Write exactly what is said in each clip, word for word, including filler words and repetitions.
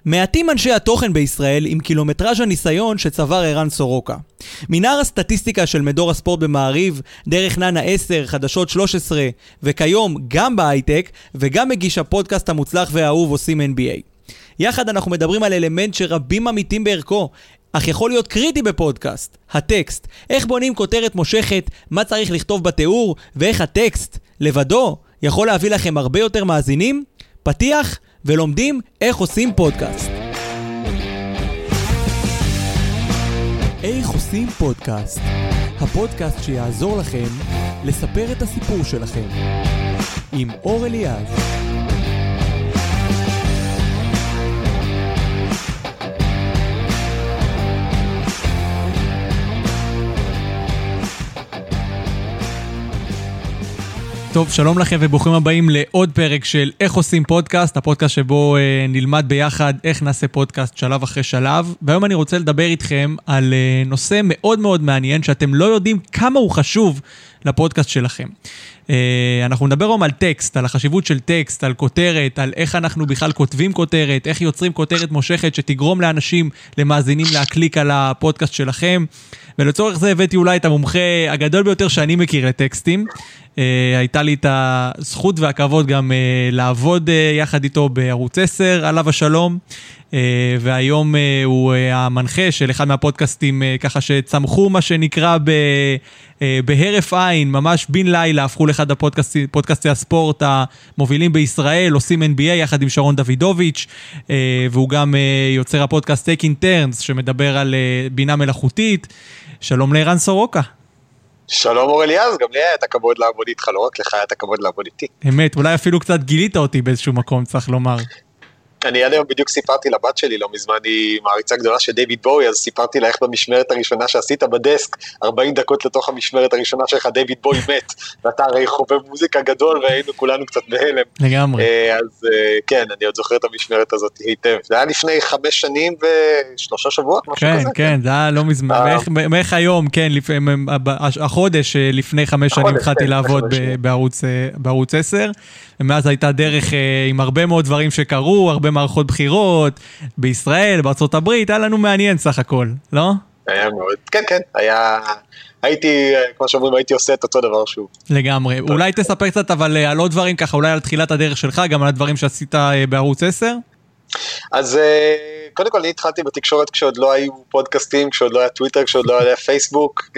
מעטים אנשי התוכן בישראל עם קילומטראז' הניסיון שצבר ערן סורוקה. מנהר הסטטיסטיקה של מדור הספורט במעריב, דרך ננה עשר, חדשות שלוש עשרה, וכיום גם בהייטק, וגם מגיש הפודקאסט המוצלח והאהוב עושים אן בי איי. יחד אנחנו מדברים על אלמנט שרבים אמיתים בערכו, אך יכול להיות קריטי בפודקאסט, הטקסט. איך בונים כותרת מושכת, מה צריך לכתוב בתיאור, ואיך הטקסט, לבדו, יכול להביא לכם הרבה יותר מאזינים, פתיח ולומדים איך עושים פודקאסט. איך עושים פודקאסט? הפודקאסט שיעזור לכם לספר את הסיפור שלכם. עם אור אליעז. טוב, שלום לכם וברוכים הבאים לעוד פרק של איך עושים פודקאסט, הפודקאסט שבו אה, נלמד ביחד איך נעשה פודקאסט שלב אחרי שלב, והיום אני רוצה לדבר איתכם על אה, נושא מאוד מאוד מעניין שאתם לא יודעים כמה הוא חשוב לפודקאסט שלכם. אה, אנחנו נדבר היום על טקסט, על החשיבות של טקסט, על כותרת, על איך אנחנו בכלל כותבים כותרת, איך יוצרים כותרת מושכת שתגרום לאנשים, למאזינים להקליק על הפודקאסט שלכם, ולצורך זה הבאתי אולי את המומחה הגדול ביותר שאני מכיר לטקסטים. Uh, הייתה לי את הזכות והכבוד גם uh, לעבוד uh, יחד איתו בערוץ עשר, עליו השלום, uh, והיום uh, הוא uh, המנחה של אחד מהפודקאסטים, uh, ככה שצמחו מה שנקרא ב, uh, בהרף עין, ממש בין לילה, הפכו לאחד הפודקאסטי, פודקאסטי הספורט המובילים בישראל, עושים אן בי איי יחד עם שרון דוידוביץ', uh, והוא גם uh, יוצר הפודקאסט Taking Turns, שמדבר על uh, בינה מלאכותית. שלום לערן סורוקה. שלום אור אליעז, גם לי היה את הכבוד לעבוד איתך, לא רק לך היה את הכבוד לעבוד איתי. אמת, אולי אפילו קצת גילית אותי באיזשהו מקום, צריך לומר. אני עד היום בדיוק סיפרתי לבת שלי, לא מזמן היא מעריצה גדולה של דיוויד בואי, אז סיפרתי לה איך במשמרת הראשונה שעשית בדסק, ארבעים דקות לתוך המשמרת הראשונה שלך, דיוויד בואי מת, ואתה הרי חובב מוזיקה גדול, והיינו כולנו קצת בהלם. לגמרי. אז כן, אני עוד זוכר את המשמרת הזאת היטב. זה היה לפני חמש שנים ושלושה שבועות, משהו כן, כזה. כן, זה היה לא מזמן. מאיך היום, כן, החודש לפני חמש שנים התחלתי לעבוד בערוץ עשר, ומאז הייתה דרך עם הרבה מאוד דברים שקרו, הרבה מערכות בחירות, בישראל, בארצות הברית, היה לנו מעניין סך הכל, לא? היה מאוד, כן, כן, היה, הייתי, כמו שאומרים, הייתי עושה את אותו דבר שוב. לגמרי, אולי תספר קצת, אבל על עוד דברים ככה, אולי על תחילת הדרך שלך, גם על הדברים שעשית בערוץ עשר? אז קודם כל, אני התחלתי בתקשורת כשעוד לא היו פודקאסטים, כשעוד לא היה טוויטר, כשעוד לא היה פייסבוק,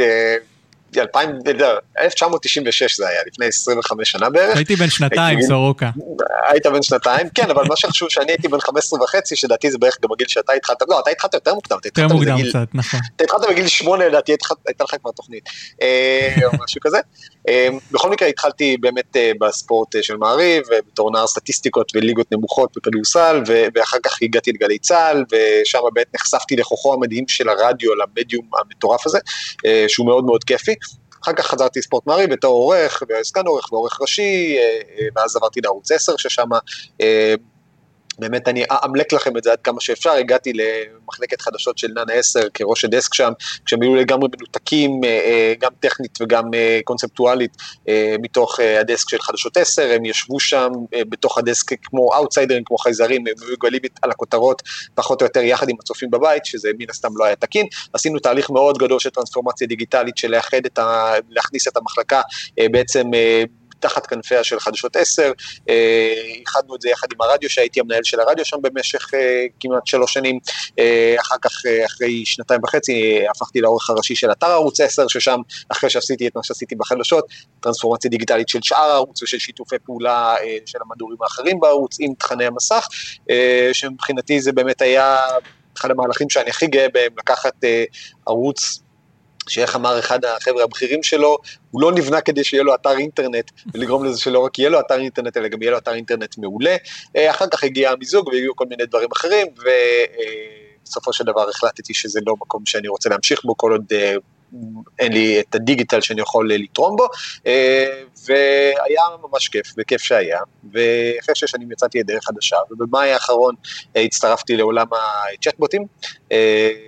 אלף תשע מאות תשעים ושש זה היה, לפני עשרים וחמש שנה בערך. הייתי בן שנתיים, סורוקה. היית בן שנתיים, כן, אבל מה שחשוב שאני הייתי בן חמש עשרה וחצי, שדעתי זה בערך גם בגיל שאתה התחלת, לא, אתה התחלת יותר מוקדם. יותר מוקדם קצת, נכון. אתה התחלת בגיל שמונה, לדעתי הייתה לך כבר תוכנית, או משהו כזה. בכל מקרה התחלתי באמת בספורט של מעריב, בתור נער סטטיסטיקות וליגות נמוכות בכדורסל, ואחר כך הגעתי לגלי צהל, ושם באמת נחשפתי לכוחו המדהים של הרדיו, למדיום המטורף הזה, שהוא מאוד מאוד כיפי. אחר כך חזרתי ספורט מעריב בתור עורך, וסגן עורך ועורך ראשי, ואז עברתי לערוץ עשר, ששם באמת אני אמלק לכם את זה עד כמה שאפשר, הגעתי למחלקת חדשות של ננה עשר כראש הדסק שם, כשהם היו לגמרי מנותקים, גם טכנית וגם קונספטואלית, מתוך הדסק של חדשות עשר, הם ישבו שם בתוך הדסק כמו אאוטסיידרים, כמו חייזרים, הם היו גלים על הכותרות, פחות או יותר יחד עם הצופים בבית, שזה מן הסתם לא היה תקין, עשינו תהליך מאוד גדול של טרנספורמציה דיגיטלית, של לאחד את ה... להכניס את המחלקה בעצם תחת כנפיה של חדשות עשר, איחדנו את זה יחד עם הרדיו, שהייתי המנהל של הרדיו שם במשך כמעט שלוש שנים, אחר כך, אחרי שנתיים וחצי, הפכתי לעורך הראשי של אתר ערוץ עשר, ששם, אחרי שעשיתי את מה שעשיתי בחדשות, טרנספורמציה דיגיטלית של שאר הערוץ, ושל שיתופי פעולה של המדורים האחרים בערוץ, עם תכני המסך, שמבחינתי זה באמת היה אחד המהלכים שאני הכי גאה בהם, לקחת ערוץ, שאיך אמר אחד החבר'ה הבכירים שלו, הוא לא נבנה כדי שיהיה לו אתר אינטרנט, ולגרום לזה שלא רק יהיה לו אתר אינטרנט, אלא גם יהיה לו אתר אינטרנט מעולה. אחר כך הגיע המיזוג, והגיעו כל מיני דברים אחרים, ובסופו של דבר החלטתי שזה לא מקום שאני רוצה להמשיך בו, כל עוד אין לי את הדיגיטל שאני יכול לתרום בו, והיה ממש כיף, וכיף שהיה, ואחרי שש שנים יצאתי לדרך חדשה, ובמאי האחרון הצטרפתי לעולם הצ'טבוטים,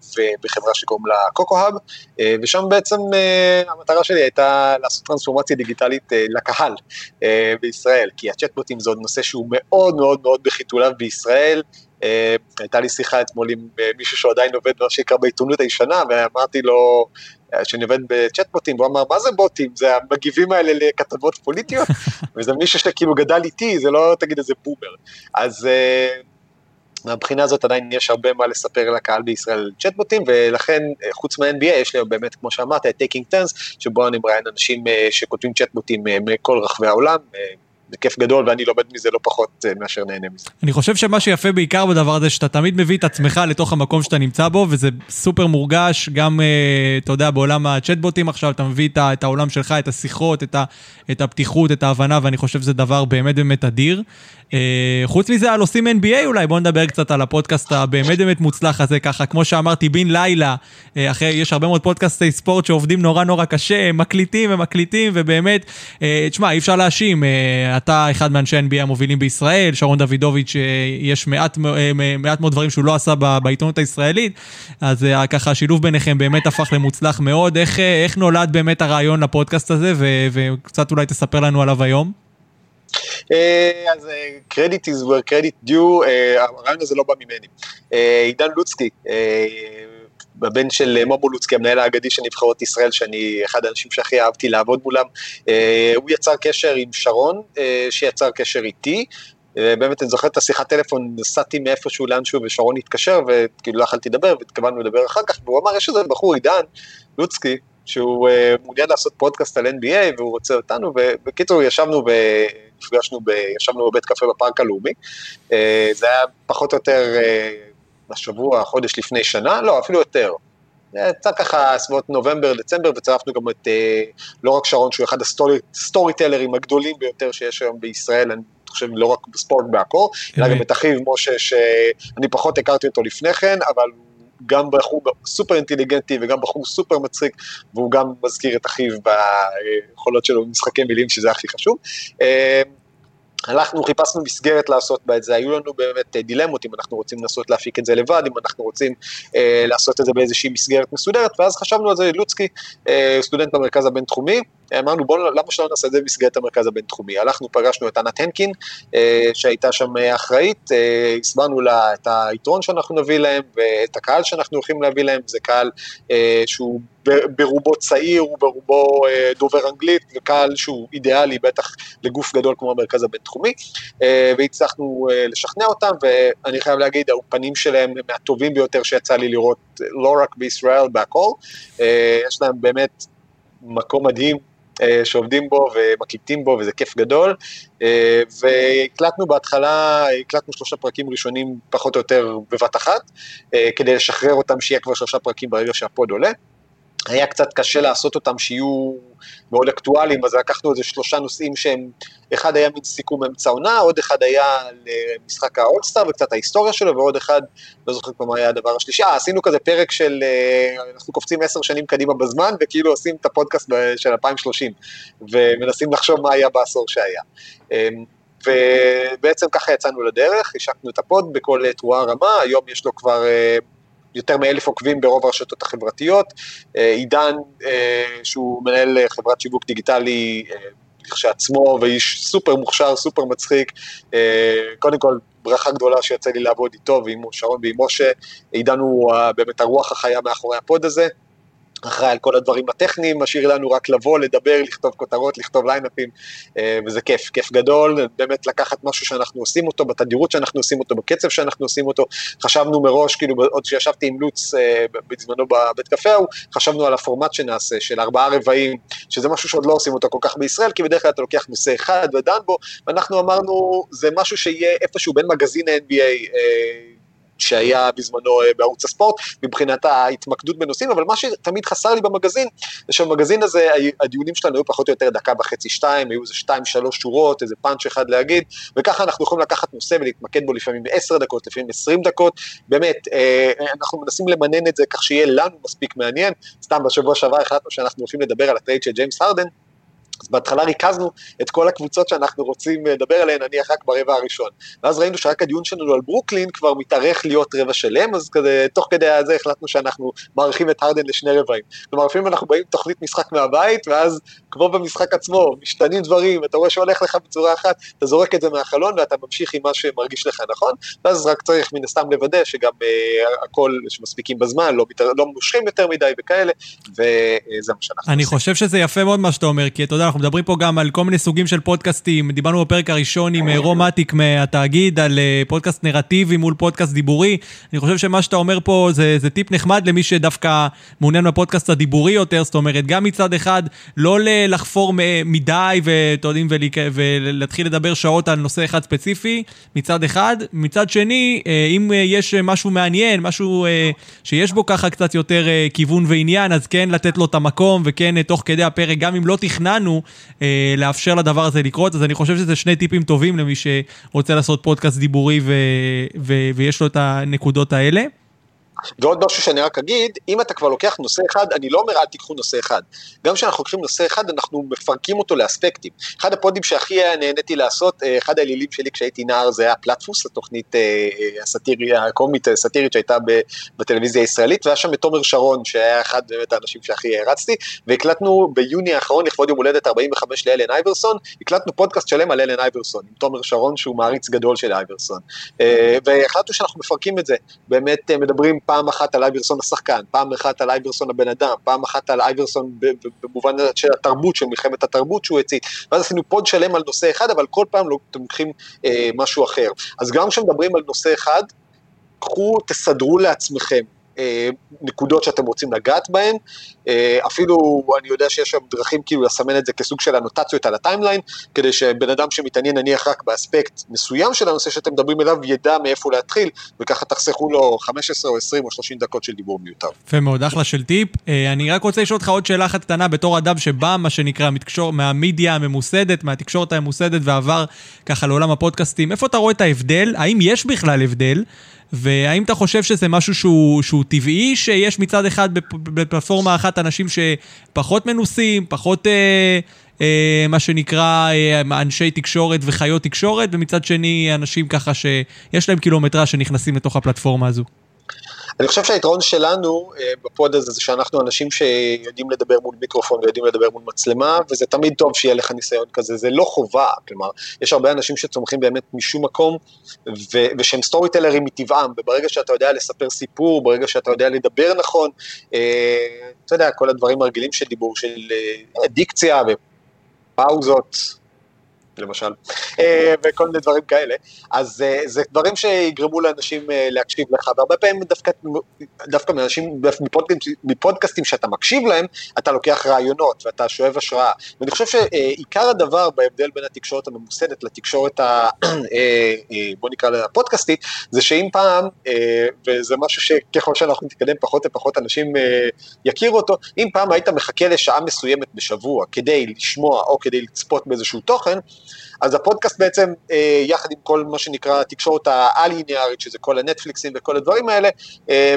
ובחברה שקוראים לה קוקו-האב, ושם בעצם המטרה שלי הייתה לעשות טרנספורמציה דיגיטלית לקהל בישראל, כי הצ'טבוטים זה עוד נושא שהוא מאוד מאוד מאוד בחיתוליו בישראל. הייתה לי שיחה אתמול עם מישהו שעדיין עובד מה שיקרא בעיתונות הישנה, ואמרתי לו שאני עובד בצ'טבוטים, והוא אמר, מה זה בוטים? זה המגיבים האלה לכתבות פוליטיות, וזה מישהו שכאילו גדל איתי, זה לא תגיד איזה בומר. אז מהבחינה הזאת עדיין יש הרבה מה לספר לקהל בישראל על צ'טבוטים, ולכן חוץ מה-אן בי איי יש לי באמת, כמו שאמרת, את Taking Turns, שבו אני מראיין אנשים שכותבים צ'טבוטים מכל רחבי העולם, זה כיף גדול, ואני לומד מזה לא פחות מאשר נהנה מזה. אני חושב שמה שיפה בעיקר בדבר הזה, שאתה תמיד מביא את עצמך לתוך המקום שאתה נמצא בו, וזה סופר מורגש, גם, אתה יודע, בעולם הצ'טבוטים עכשיו, אתה מביא את העולם שלך, את השיחות, את הפתיחות, את ההבנה, ואני חושב שזה דבר באמת באמת אדיר. חוץ מזה, על עושים אן בי איי אולי, בואו נדבר קצת על הפודקאסט הבאמת באמת מוצלח הזה, ככה, כמו שאמרתי, בין לילה, אחרי, יש הרבה מאוד פודקאסטי ספורט שעובדים נורא נורא קשה, מקליטים ומקליטים, ובאמת, תשמע, אי אפשר להאשים, אתה אחד מאנשי אן בי איי המובילים בישראל, שרון דוידוביץ', יש מעט, מעט מאוד דברים שהוא לא עשה בעיתונות הישראלית, אז ככה, השילוב ביניכם באמת הפך למוצלח מאוד, איך, איך נולד באמת הרעיון לפודקאסט הזה, ו, וקצת אולי תספר לנו עליו היום? אז credit is where credit due, הרעיון הזה לא בא ממני. עידן לוצקי, הבן של מומו לוצקי, המנהל האגדי של נבחרות ישראל, שאני אחד האנשים שהכי אהבתי לעבוד מולם, הוא יצר קשר עם שרון, שיצר קשר איתי, באמת אני זוכר את השיחת טלפון, נסעתי מאיפשהו לאנשהו ושרון התקשר, וכאילו לא יכלתי לדבר, והתכוונו לדבר אחר כך, והוא אמר, יש איזה בחור עידן לוצקי, שהוא מעוניין לעשות פודקאסט על אן בי איי, והוא רוצה אותנו, ובקיצור ישבנו ונפגשנו, ישבנו בבית קפה בפארק הלאומי, זה היה פחות או יותר השבוע, חודש לפני שנה, לא, אפילו יותר, יצא ככה סביבות נובמבר, דצמבר, וצרפנו גם את, לא רק שרון, שהוא אחד הסטורי טלרים הגדולים ביותר שיש היום בישראל, אני חושב לא רק בספורט בהכל, אלא גם את אחיו משה, שאני פחות הכרתי אותו לפני כן, אבל גם בחור סופר אינטליגנטי וגם בחור סופר מצחיק, והוא גם מזכיר את אחיו ביכולות שלו במשחקי מילים, שזה הכי חשוב. הלכנו, חיפשנו מסגרת לעשות בה את זה, היו לנו באמת דילמות, אם אנחנו רוצים לנסות להפיק את זה לבד, אם אנחנו רוצים אה, לעשות את זה באיזושהי מסגרת מסודרת, ואז חשבנו על זה, לוצקי, אה, סטודנט במרכז הבינתחומי, אמרנו בואו, למה שלא נעשה את זה במסגרת המרכז הבינתחומי? הלכנו, פגשנו את ענת הנקין, אה, שהייתה שם אחראית, אה, הסברנו לה את היתרון שאנחנו נביא להם, ואת הקהל שאנחנו הולכים להביא להם, זה קהל אה, שהוא ברובו צעיר, וברובו דובר אנגלית, וקהל שהוא אידיאלי, בטח לגוף גדול כמו המרכז הבינתחומי, והצלחנו לשכנע אותם, ואני חייב להגיד, האופנים שלהם הם מהטובים ביותר שיצא לי לראות, לא רק בישראל, בהכל, יש להם באמת מקום מדהים, שעובדים בו ומקליטים בו, וזה כיף גדול, והקלטנו בהתחלה, הקלטנו שלושה פרקים ראשונים פחות או יותר בבת אחת, כדי לשחרר אותם שיהיה כבר שלושה פרקים ברגע שהפוד עולה, היה קצת קשה לעשות אותם שיהיו מאוד אקטואליים, אז לקחנו איזה שלושה נושאים שהם, אחד היה מין סיכום אמצע עונה, עוד אחד היה למשחק האולסטאר וקצת ההיסטוריה שלו, ועוד אחד, לא זוכר כבר מה היה הדבר השלישי, אה, עשינו כזה פרק של, אנחנו קופצים עשר שנים קדימה בזמן, וכאילו עושים את הפודקאסט של אלפיים ושלושים, ומנסים לחשוב מה היה בעשור שהיה. ובעצם ככה יצאנו לדרך, השקנו את הפוד בכל תרועה רמה, היום יש לו כבר יותר מאלף עוקבים ברוב הרשתות החברתיות, עידן שהוא מנהל חברת שיווק דיגיטלי כשעצמו, ואיש סופר מוכשר, סופר מצחיק, קודם כל ברכה גדולה שיצא לי לעבוד איתו, ועם שרון ועם משה, עידן הוא באמת הרוח החיה מאחורי הפוד הזה, אחראי על כל הדברים הטכניים, משאיר לנו רק לבוא, לדבר, לכתוב כותרות, לכתוב ליינאפים, וזה כיף, כיף גדול, באמת לקחת משהו שאנחנו עושים אותו, בתדירות שאנחנו עושים אותו, בקצב שאנחנו עושים אותו, חשבנו מראש, כאילו עוד שישבתי עם לוץ בזמנו בבית קפה, חשבנו על הפורמט שנעשה, של ארבעה רבעים, שזה משהו שעוד לא עושים אותו כל כך בישראל, כי בדרך כלל אתה לוקח נושא אחד ודן בו, ואנחנו אמרנו, זה משהו שיהיה איפשהו בין מגזין ה-אן בי איי, שהיה בזמנו בערוץ הספורט, מבחינת ההתמקדות בנושאים, אבל מה שתמיד חסר לי במגזין, זה שבמגזין הזה, הדיונים שלנו היו פחות או יותר דקה וחצי שתיים, היו איזה שתיים, שלוש שורות, איזה פאנץ' אחד להגיד, וככה אנחנו יכולים לקחת נושא ולהתמקד בו לפעמים עשר דקות, לפעמים עשרים דקות, באמת, אנחנו מנסים למנן את זה כך שיהיה לנו מספיק מעניין, סתם בשבוע שעבר החלטנו שאנחנו הולכים לדבר על הטרייד של ג'יימס הרדן, אז בהתחלה ריכזנו את כל הקבוצות שאנחנו רוצים לדבר עליהן, נניח רק ברבע הראשון. ואז ראינו שרק הדיון שלנו על ברוקלין כבר מתארך להיות רבע שלם, אז כדי, תוך כדי הזה החלטנו שאנחנו מעריכים את הרדן לשני רבעים. כלומר, לפעמים אנחנו באים תוכנית משחק מהבית, ואז כמו במשחק עצמו, משתנים דברים, אתה רואה שהולך לך בצורה אחת, אתה זורק את זה מהחלון, ואתה ממשיך עם מה שמרגיש לך נכון, ואז רק צריך מן הסתם לוודא שגם uh, הכל שמספיקים בזמן, לא, לא מושכים יותר מדי וכאלה, וזה מה שאנחנו אני עושים. חושב שזה יפה מאוד מה שאתה אומר, כי אתה יודע, אנחנו מדברים פה גם על כל מיני סוגים של פודקאסטים, דיברנו בפרק הראשון עם רומטיק מהתאגיד, על פודקאסט נרטיבי מול פודקאסט דיבורי, אני חושב שמה שאתה אומר פה זה, זה טיפ נחמד למי שדווקא מעוניין בפודקאסט הדיבורי יותר, זאת אומרת, גם מצד אחד, לא לחפור מדי ותודעים ולהתחיל לדבר שעות על נושא אחד ספציפי, מצד אחד, מצד שני, אם יש משהו מעניין, משהו שיש בו ככה קצת יותר כיוון ועניין, אז כן לתת לו את המקום, וכן תוך כדי הפרק, גם אם לא תכננו לאפשר לדבר הזה לקרות, אז אני חושב שזה שני טיפים טובים למי שרוצה לעשות פודקאסט דיבורי ו- ו- ויש לו את הנקודות האלה. ועוד משהו שאני רק אגיד, אם אתה כבר לוקח נושא אחד, אני לא אומר אל תיקחו נושא אחד. גם כשאנחנו לוקחים נושא אחד, אנחנו מפרקים אותו לאספקטים. אחד הפודים שהכי נהניתי לעשות, אחד האלילים שלי כשהייתי נער, זה היה פלטפוס, התוכנית הסאטירית, הקומית הסאטירית שהייתה בטלוויזיה הישראלית, והיה שם את תומר שרון, שהיה אחד באמת האנשים שהכי הרצתי, והקלטנו ביוני האחרון, לכבוד יום הולדת ארבעים וחמש לאלן אייברסון, הקלטנו פודקאסט שלם על אלן אייברסון, עם תומר שרון, שהוא מעריץ גדול של אייברסון. והחלטנו שאנחנו מפרקים את זה. באמת מדברים פעם אחת על אייברסון השחקן, פעם אחת על אייברסון הבן אדם, פעם אחת על אייברסון במובן של התרבות, של מלחמת התרבות שהוא הצית, ואז עשינו פוד שלם על נושא אחד, אבל כל פעם לא תומכים אה, משהו אחר. אז גם כשמדברים על נושא אחד, קחו, תסדרו לעצמכם אה, נקודות שאתם רוצים לגעת בהן, אה, אפילו אני יודע שיש שם דרכים כאילו לסמן את זה כסוג של אנוטציות על הטיימליין, כדי שבן אדם שמתעניין נניח רק באספקט מסוים של הנושא שאתם מדברים אליו, ידע מאיפה להתחיל, וככה תחסכו לו חמש עשרה או עשרים או שלושים דקות של דיבור מיותר. יפה מאוד, אחלה של טיפ. אני רק רוצה לשאול אותך עוד שאלה אחת קטנה, בתור אדם שבא, מה שנקרא, מתקשור, מהמידיה הממוסדת, מהתקשורת הממוסדת, ועבר ככה לעולם הפודקאסטים, איפה אתה רואה את ההבדל? האם יש בכלל הבדל? והאם אתה חושב שזה משהו שהוא, שהוא טבעי, שיש מצד אחד בפלטפורמה אחת אנשים שפחות מנוסים, פחות אה, אה, מה שנקרא אה, אנשי תקשורת וחיות תקשורת, ומצד שני אנשים ככה שיש להם קילומטרה שנכנסים לתוך הפלטפורמה הזו? אני חושב שהיתרון שלנו בפוד הזה זה שאנחנו אנשים שיודעים לדבר מול מיקרופון ויודעים לדבר מול מצלמה, וזה תמיד טוב שיהיה לך ניסיון כזה, זה לא חובה, כלומר, יש הרבה אנשים שצומחים באמת משום מקום, ו- ושהם סטורי טלרים מטבעם, וברגע שאתה יודע לספר סיפור, ברגע שאתה יודע לדבר נכון, אה, אתה יודע, כל הדברים הרגילים של דיבור, של אה, דיקציה ופאוזות, למשל, וכל מיני דברים כאלה, אז זה דברים שיגרמו לאנשים להקשיב לך, והרבה פעמים דווקא, דווקא מאנשים, מפודקאסטים שאתה מקשיב להם, אתה לוקח רעיונות, ואתה שואב השראה, ואני חושב שעיקר הדבר בהבדל בין התקשורת הממוסדת לתקשורת, בוא נקרא לה פודקאסטית, זה שאם פעם, וזה משהו שככל שאנחנו נתקדם פחות ופחות אנשים יכירו אותו, אם פעם היית מחכה לשעה מסוימת בשבוע, כדי לשמוע או כדי לצפות באיזשהו תוכן, אז הפודקאסט בעצם, אה, יחד עם כל מה שנקרא התקשורת העל-ליניארית, שזה כל הנטפליקסים וכל הדברים האלה, אה,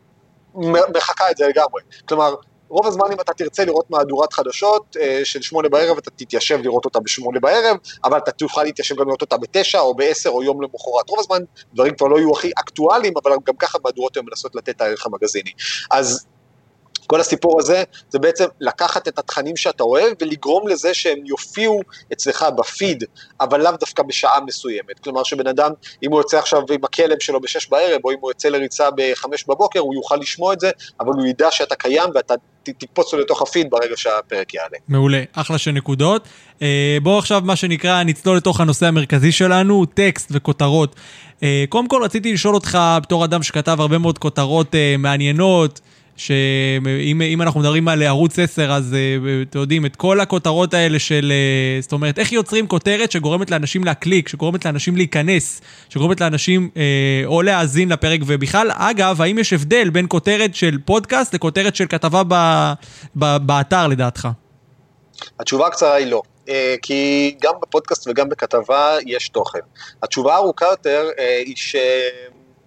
מחכה את זה לגמרי. כלומר, רוב הזמן אם אתה תרצה לראות מהדורת חדשות אה, של שמונה בערב, אתה תתיישב לראות אותה בשמונה בערב, אבל אתה תוכל להתיישב גם לראות אותה בתשע או בעשר או יום למחרת. רוב הזמן דברים כבר לא יהיו הכי אקטואליים, אבל גם ככה מהדורות הן מנסות לתת את הערך המגזיני. אז כל הסיפור הזה, זה בעצם לקחת את התכנים שאתה אוהב, ולגרום לזה שהם יופיעו אצלך בפיד, אבל לאו דווקא בשעה מסוימת. כלומר שבן אדם, אם הוא יוצא עכשיו עם הכלב שלו בשש בערב, או אם הוא יוצא לריצה בחמש בבוקר, הוא יוכל לשמוע את זה, אבל הוא ידע שאתה קיים, ואתה תקפוץ לו לתוך הפיד ברגע שהפרק יעלה. מעולה, אחלה של נקודות. בואו עכשיו מה שנקרא, נצלול לתוך הנושא המרכזי שלנו, טקסט וכותרות. קודם כל רציתי לשאול אותך, בתור אדם שכתב הרבה מאוד כותרות מעניינות, שאם אם אנחנו מדברים על ערוץ עשר, אז אתם יודעים, את כל הכותרות האלה של, זאת אומרת, איך יוצרים כותרת שגורמת לאנשים להקליק, שגורמת לאנשים להיכנס, שגורמת לאנשים אה, או להאזין לפרק, ובכלל, אגב, האם יש הבדל בין כותרת של פודקאסט לכותרת של כתבה ב, ב, באתר, לדעתך? התשובה הקצרה היא לא. כי גם בפודקאסט וגם בכתבה יש תוכן. התשובה הארוכה יותר היא ש...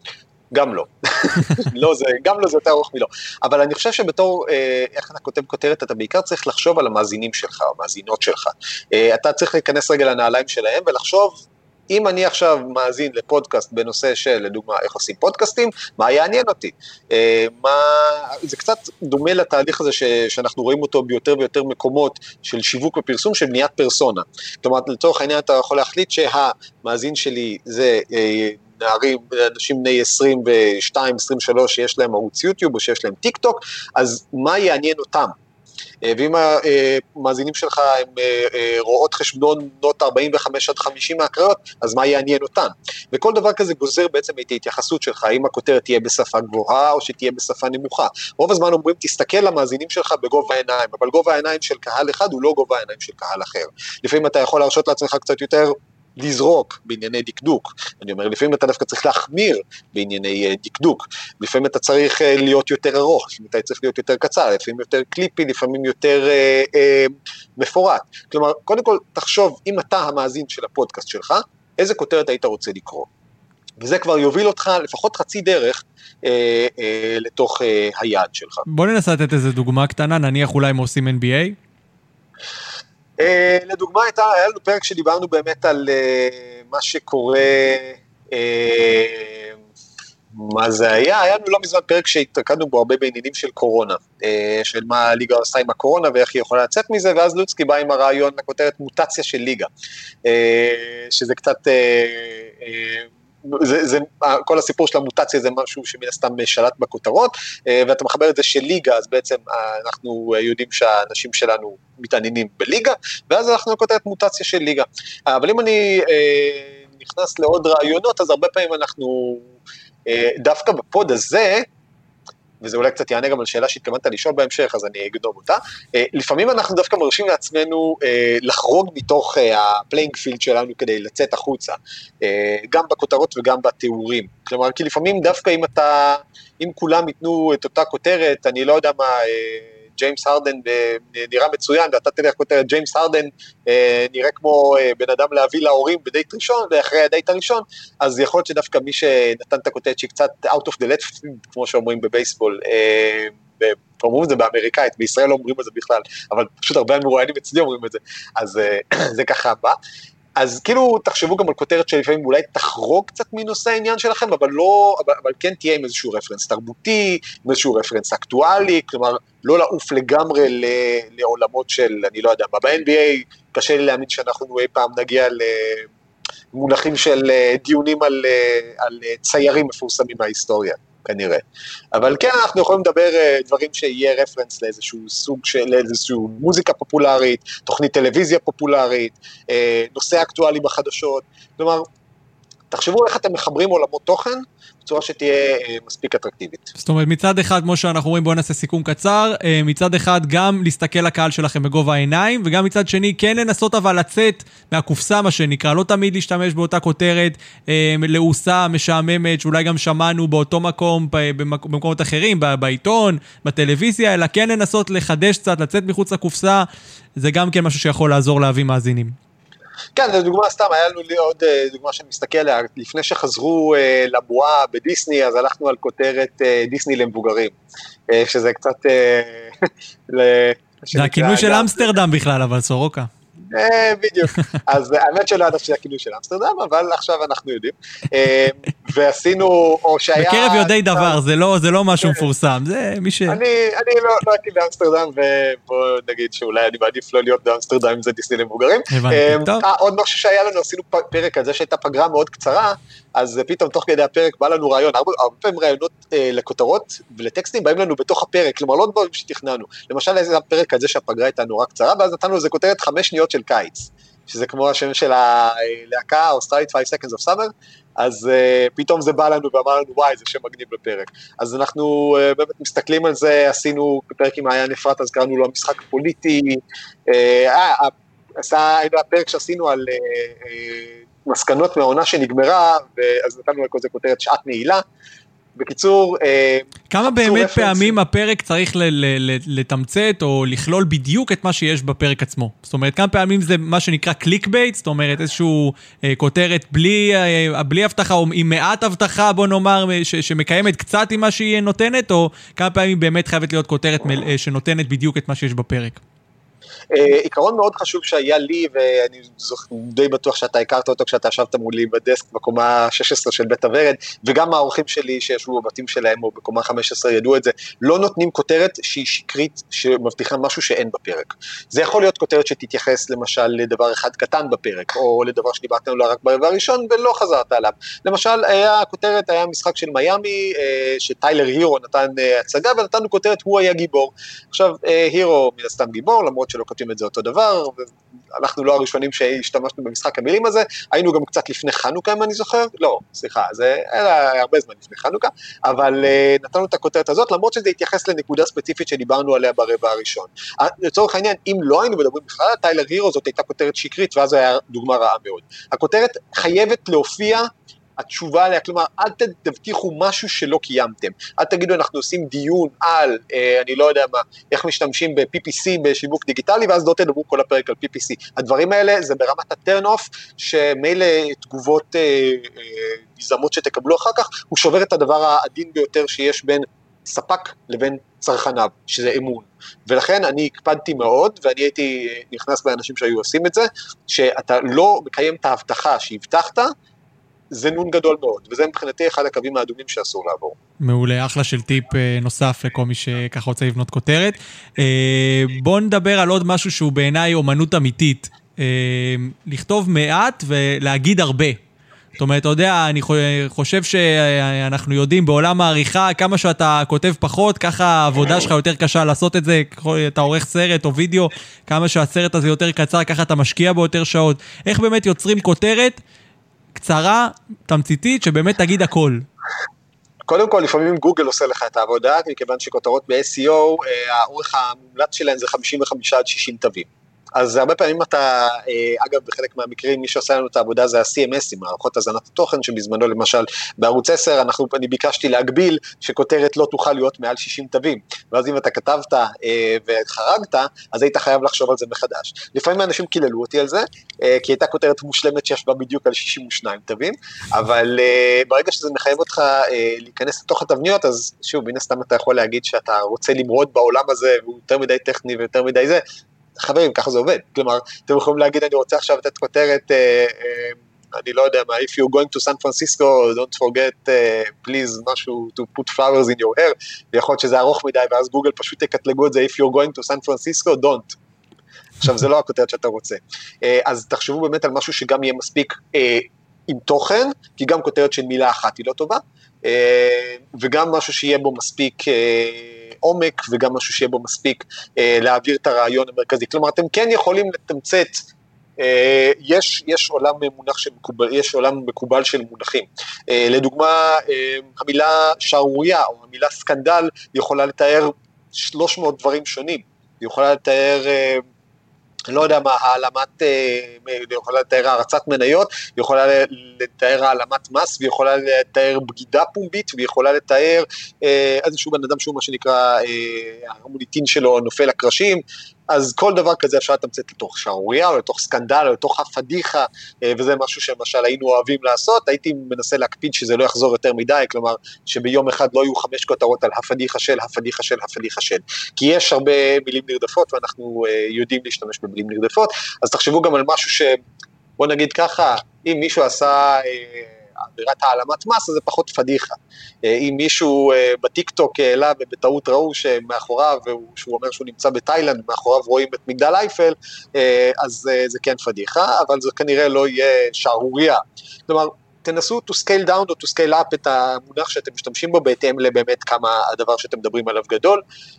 גם לא. לא זה, גם לא זה יותר ארוך מלא. אבל אני חושב שבתור, אה, איך אתה כותב כותרת, אתה בעיקר צריך לחשוב על המאזינים שלך, או המאזינות שלך. אה, אתה צריך להיכנס רגע לנעליים שלהם, ולחשוב, אם אני עכשיו מאזין לפודקאסט בנושא של, לדוגמה, איך עושים פודקאסטים, מה יעניין אותי? אה, מה, זה קצת דומה לתהליך הזה ש, שאנחנו רואים אותו ביותר ויותר מקומות של שיווק ופרסום, של בניית פרסונה. כלומר, לצורך העניין אתה יכול להחליט שהמאזין שלי זה אה, נערים, אנשים בני עשרים ושתיים עשרים ושלוש שיש להם ערוץ יוטיוב או שיש להם טיק טוק, אז מה יעניין אותם? ואם המאזינים שלך הם רואות חשבון נוט ארבעים וחמש עד חמישים מהקריות, אז מה יעניין אותן? וכל דבר כזה גוזר בעצם את ההתייחסות שלך, האם הכותרת תהיה בשפה גבוהה או שתהיה בשפה נמוכה. רוב הזמן אומרים, תסתכל למאזינים שלך בגובה העיניים, אבל גובה העיניים של קהל אחד הוא לא גובה העיניים של קהל אחר. לפעמים אתה יכול להרשות לעצמך קצת יותר לזרוק בענייני דקדוק, אני אומר, לפעמים אתה דווקא צריך להחמיר בענייני דקדוק, לפעמים אתה צריך להיות יותר ארוך, לפעמים אתה צריך להיות יותר קצר, לפעמים יותר קליפי, לפעמים יותר אה, אה, מפורט, כלומר, קודם כל תחשוב, אם אתה המאזין של הפודקאסט שלך, איזה כותרת היית רוצה לקרוא, וזה כבר יוביל אותך לפחות חצי דרך אה, אה, לתוך אה, היעד שלך. בוא ננסה לתת איזה דוגמה קטנה, נניח אולי הם עושים אן בי איי, Uh, לדוגמה, הייתה, היה לנו פרק שדיברנו באמת על uh, מה שקורה, uh, מה זה היה, היה לנו לא מזמן פרק שהתרקדנו בו הרבה בעניינים של קורונה, uh, של מה הליגה עושה עם הקורונה ואיך היא יכולה לצאת מזה, ואז לוצקי בא עם הרעיון לכותרת מוטציה של ליגה, uh, שזה קצת... Uh, uh, זה, זה, כל הסיפור של המוטציה זה משהו שמן הסתם שלט בכותרות, ואתה מחבר את זה של ליגה, אז בעצם אנחנו יודעים שהאנשים שלנו מתעניינים בליגה, ואז אנחנו כותרת מוטציה של ליגה. אבל אם אני נכנס לעוד רעיונות, אז הרבה פעמים אנחנו, דווקא בפוד הזה, וזה אולי קצת יענה גם על שאלה שהתכוונת לשאול בהמשך, אז אני אגנוב אותה. לפעמים אנחנו דווקא מרשים לעצמנו לחרוג מתוך הפליינג פילד שלנו כדי לצאת החוצה, גם בכותרות וגם בתיאורים. כלומר, כי לפעמים דווקא אם אתה, אם כולם ייתנו את אותה כותרת, אני לא יודע מה, ג'יימס הרדן נראה מצוין, ואתה תלך כותרת ג'יימס הרדן נראה כמו בן אדם להביא להורים בדייט ראשון, ואחרי הדייט הראשון, אז יכול להיות שדווקא מי שנתן את הכותרת שהיא קצת out of the left, כמו שאומרים בבייסבול, אומרים את זה באמריקאית, בישראל לא אומרים את זה בכלל, אבל פשוט הרבה מרואיינים אצלי אומרים את זה, אז זה ככה הבא. אז כאילו תחשבו גם על כותרת שלפעמים אולי תחרוג קצת מנושא העניין שלכם, אבל לא, אבל, אבל כן תהיה עם איזשהו רפרנס תרבותי, עם איזשהו רפרנס אקטואלי, כלומר לא לעוף לגמרי ל, לעולמות של, אני לא יודע, ב-אן בי איי קשה לי להאמין שאנחנו אי פעם נגיע למונחים של דיונים על, על ציירים מפורסמים מההיסטוריה. כנראה. אבל כן, אנחנו יכולים לדבר דברים שיהיה רפרנס לאיזשהו סוג של, לאיזשהו מוזיקה פופולרית, תוכנית טלוויזיה פופולרית, נושא אקטואלי בחדשות, כלומר, תחשבו איך אתם מחברים עולמות תוכן, בצורה שתהיה מספיק אטרקטיבית. זאת אומרת, מצד אחד, כמו שאנחנו רואים, בואו נעשה סיכום קצר, מצד אחד גם להסתכל לקהל שלכם בגובה העיניים, וגם מצד שני, כן לנסות אבל לצאת מהקופסה, מה שנקרא, לא תמיד להשתמש באותה כותרת, לעוסה, משעממת, שאולי גם שמענו באותו מקום, במקומות אחרים, בעיתון, בטלוויזיה, אלא כן לנסות לחדש קצת, לצאת מחוץ לקופסה, זה גם כן משהו שיכול לעזור להביא מאזינים. כן, זו דוגמה סתם, היה לנו לי עוד דוגמה שאני מסתכל עליה, לפני שחזרו אה, לבועה בדיסני, אז הלכנו על כותרת אה, דיסני למבוגרים, אה, שזה קצת... אה, זה הכינוי של אמסטרדם בכלל, אבל סורוקה. בדיוק, אז האמת שלא ידעתי שזה הכינוי של אמסטרדם, אבל עכשיו אנחנו יודעים, ועשינו, או שהיה... בקרב יודעי דבר, זה לא משהו מפורסם, זה מי ש... אני לא הייתי באמסטרדם, ובוא נגיד שאולי אני מעדיף לא להיות באמסטרדם, אם זה דיסני למבוגרים. הבנתי, טוב. עוד משהו שהיה לנו, עשינו פרק על זה שהייתה פגרה מאוד קצרה, אז פתאום תוך כדי הפרק בא לנו רעיון, הרבה פעמים רעיונות לכותרות ולטקסטים באים לנו בתוך הפרק, כלומר לא דברים שתכננו, למשל איזה פרק על זה שהפגרה הייתה נורא קצרה, ואז נתנו לזה כותרת חמש שניות של קיץ, שזה כמו השם של הלהקה האוסטרלית five seconds of summer, אז uh, פתאום זה בא לנו ואמר לנו וואי, זה שם מגניב לפרק. אז אנחנו uh, באמת מסתכלים על זה, עשינו פרק עם מעיין אפרת, אז קראנו לו המשחק הפוליטי, אה, עשה, היינו הפרק שעשינו על uh, uh, מסקנות מהעונה שנגמרה, אז נתנו לכל זה כותרת שעת נעילה, בקיצור, כמה באמת פעמים הפרק צריך לתמצת או לכלול בדיוק את מה שיש בפרק עצמו? זאת אומרת, כמה פעמים זה מה שנקרא קליק בייט, זאת אומרת, איזשהו כותרת בלי הבטחה או עם מעט הבטחה, בוא נאמר, שמקיימת קצת עם מה שהיא נותנת, או כמה פעמים באמת חייבת להיות כותרת שנותנת בדיוק את מה שיש בפרק? עיקרון מאוד חשוב שהיה לי, ואני די בטוח שאתה הכרת אותו כשאתה ישבת מולי בדסק בקומה שש עשרה של בית הוורד, וגם האורחים שלי שישבו בבתים שלהם או בקומה חמש עשרה ידעו את זה, לא נותנים כותרת שהיא שקרית שמבטיחה משהו שאין בפרק. זה יכול להיות כותרת שתתייחס למשל לדבר אחד קטן בפרק, או לדבר שדיברתם עליו רק ברבע הראשון ולא חזרת עליו. למשל, היה כותרת, היה משחק של מיאמי, שטיילר הירו נתן הצגה, ונתנו כותרת, הוא היה גיבור. עכשיו, הירו מן הסתם גיבור, למרות שלא כותבים את זה אותו דבר, אנחנו לא הראשונים שהשתמשנו במשחק המילים הזה, היינו גם קצת לפני חנוכה, אם אני זוכר, לא, סליחה, זה היה הרבה זמן לפני חנוכה, אבל נתנו את הכותרת הזאת, למרות שזה התייחס לנקודה ספציפית שדיברנו עליה ברבע הראשון. לצורך העניין, אם לא היינו מדברים בכלל, טיילר הירו זאת הייתה כותרת שקרית, ואז היה דוגמה רעה מאוד. הכותרת חייבת להופיע התשובה עליה, כלומר, אל תבטיחו משהו שלא קיימתם, אל תגידו, אנחנו עושים דיון על, אה, אני לא יודע מה, איך משתמשים ב-פי פי סי בשיווק דיגיטלי, ואז לא תדברו כל הפרק על פי פי סי, הדברים האלה זה ברמת הטרן אוף, שמילא תגובות אה, אה, גזמות שתקבלו אחר כך, הוא שובר את הדבר העדין ביותר שיש בין ספק לבין צרכניו, שזה אמון, ולכן אני הקפדתי מאוד, ואני הייתי נכנס באנשים שהיו עושים את זה, שאתה לא מקיים את ההבטחה שהבטחת, זה נון גדול מאוד, וזה מבחינתי אחד הקווים האדומים שאסור לעבור. מעולה, אחלה של טיפ נוסף לכל מי שככה רוצה לבנות כותרת. בואו נדבר על עוד משהו שהוא בעיניי אומנות אמיתית. לכתוב מעט ולהגיד הרבה. זאת אומרת, אתה יודע, אני חושב שאנחנו יודעים בעולם העריכה, כמה שאתה כותב פחות, ככה העבודה שלך יותר קשה לעשות את זה, אתה עורך סרט או וידאו, כמה שהסרט הזה יותר קצר, ככה אתה משקיע ביותר שעות. איך באמת יוצרים כותרת קצרה, תמציתית, שבאמת תגיד הכל? קודם כל, לפעמים גוגל עושה לך את העבודה, מכיוון שכותרות ב-אס אי או, האורך המומלץ שלהן זה חמישים וחמישה עד שישים תווים. אז הרבה פעמים אתה, אגב, בחלק מהמקרים, מי שעושה לנו את העבודה זה ה-סי אם אס, מערכות הזנת התוכן, שבזמנו למשל בערוץ עשר, אנחנו, אני ביקשתי להגביל שכותרת לא תוכל להיות מעל שישים תווים, ואז אם אתה כתבת וחרגת, אז היית חייב לחשוב על זה מחדש. לפעמים האנשים קיללו אותי על זה, כי הייתה כותרת מושלמת שישבה בדיוק על שישים ושניים תווים, אבל ברגע שזה מחייב אותך להיכנס לתוך התבניות, אז שוב, מן הסתם אתה יכול להגיד שאתה רוצה למרוד בעולם הזה, והוא יותר מדי טכני ויותר מדי זה, חברים, ככה זה עובד, כלומר, אתם יכולים להגיד, אני רוצה עכשיו לתת כותרת, אני לא יודע מה, if you're going to San Francisco, don't forget, please, משהו, to put flowers in your hair, ויכול להיות שזה ארוך מדי, ואז גוגל פשוט יקטלגו את זה, if you're going to San Francisco, don't. עכשיו, זה לא הכותרת שאתה רוצה. אז תחשבו באמת על משהו שגם יהיה מספיק עם תוכן, כי גם כותרת של מילה אחת היא לא טובה, וגם משהו שיהיה בו מספיק עומק, וגם משהו שיהיה בו מספיק אה, להעביר את הרעיון המרכזי. כלומר, אתם כן יכולים לתמצת, אה, יש, יש עולם מונח של מקובל, יש עולם מקובל של מונחים. אה, לדוגמה, אה, המילה שערוריה, או המילה סקנדל, יכולה לתאר שלוש מאות דברים שונים. היא יכולה לתאר, אה, לא יודע מה, העלמת, היא יכולה לתאר הרצת מניות, היא יכולה לתאר העלמת מס, והיא יכולה לתאר בגידה פומבית, והיא יכולה לתאר איזשהו בן אדם שהוא מה שנקרא, המוניטין שלו נופל לקרשים, אז כל דבר כזה אפשר לתמצת לתוך שערוריה, או לתוך סקנדל, או לתוך הפדיחה, וזה משהו שמשל היינו אוהבים לעשות, הייתי מנסה להקפיד שזה לא יחזור יותר מדי, כלומר שביום אחד לא יהיו חמש כותרות על הפדיחה של, הפדיחה של, הפדיחה של, כי יש הרבה מילים נרדפות, ואנחנו יודעים להשתמש במילים נרדפות, אז תחשבו גם על משהו ש, בוא נגיד ככה, אם מישהו עשה עבירת העלמת מס, אז זה פחות פדיחה. אם מישהו בטיק-טוק העלה ובטעות ראו שמאחוריו, שהוא אומר שהוא נמצא בתאילנד, מאחוריו רואים את מגדל אייפל, אז זה כן פדיחה, אבל זה כנראה לא יהיה שערוריה. כלומר, תנסו to scale down או to scale up את המונח שאתם משתמשים בו, בהתאם לבאמת כמה הדבר שאתם מדברים עליו גדול,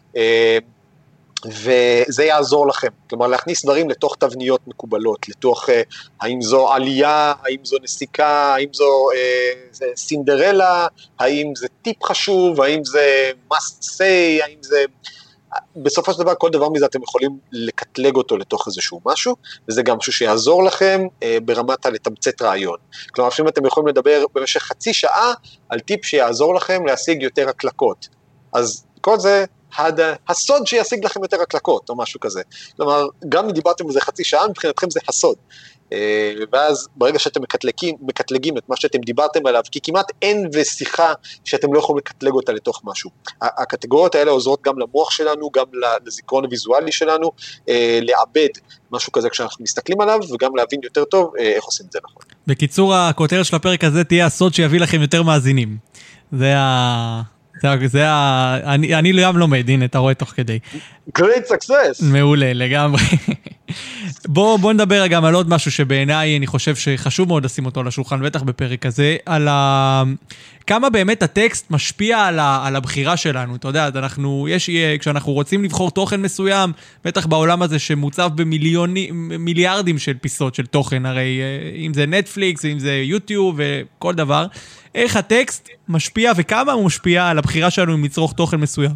וזה יעזור לכם, כלומר להכניס דברים לתוך תבניות מקובלות, לתוך אה, האם זו עלייה, האם זו נסיקה, האם זו אה, זה סינדרלה, האם זה טיפ חשוב, האם זה must say, האם זה, בסופו של דבר, כל דבר מזה אתם יכולים לקטלג אותו לתוך איזשהו משהו, וזה גם משהו שיעזור לכם ברמת לתמצת רעיון. כלומר, אם אתם יכולים לדבר במשך חצי שעה על טיפ שיעזור לכם להשיג יותר הקלקות. אז כל זה, הסוד שישיג לכם יותר הקלקות, או משהו כזה. כלומר, גם אם דיברתם על זה חצי שעה, מבחינתכם זה הסוד. ואז ברגע שאתם מקטלגים, מקטלגים את מה שאתם דיברתם עליו, כי כמעט אין ושיחה שאתם לא יכולים לקטלג אותה לתוך משהו. הקטגוריות האלה עוזרות גם למוח שלנו, גם לזיכרון הוויזואלי שלנו, לעבד משהו כזה כשאנחנו מסתכלים עליו, וגם להבין יותר טוב איך עושים את זה נכון. בקיצור, הכותרת של הפרק הזה תהיה הסוד שיביא לכם יותר מאזינים. זה ה... זה, זה ה... אני, אני גם לומד, הנה, אתה רואה תוך כדי. Great success. מעולה, לגמרי. בוא, בוא נדבר גם על עוד משהו שבעיניי אני חושב שחשוב מאוד לשים אותו על השולחן, בטח בפרק הזה, על ה... כמה באמת הטקסט משפיע על, ה... על הבחירה שלנו. אתה יודע, אנחנו, יש, כשאנחנו רוצים לבחור תוכן מסוים, בטח בעולם הזה שמוצב במיליונים, מיליארדים של פיסות של תוכן, הרי אם זה נטפליקס, אם זה יוטיוב וכל דבר, איך הטקסט משפיע וכמה הוא משפיע על הבחירה שלנו אם לצרוך תוכן מסוים.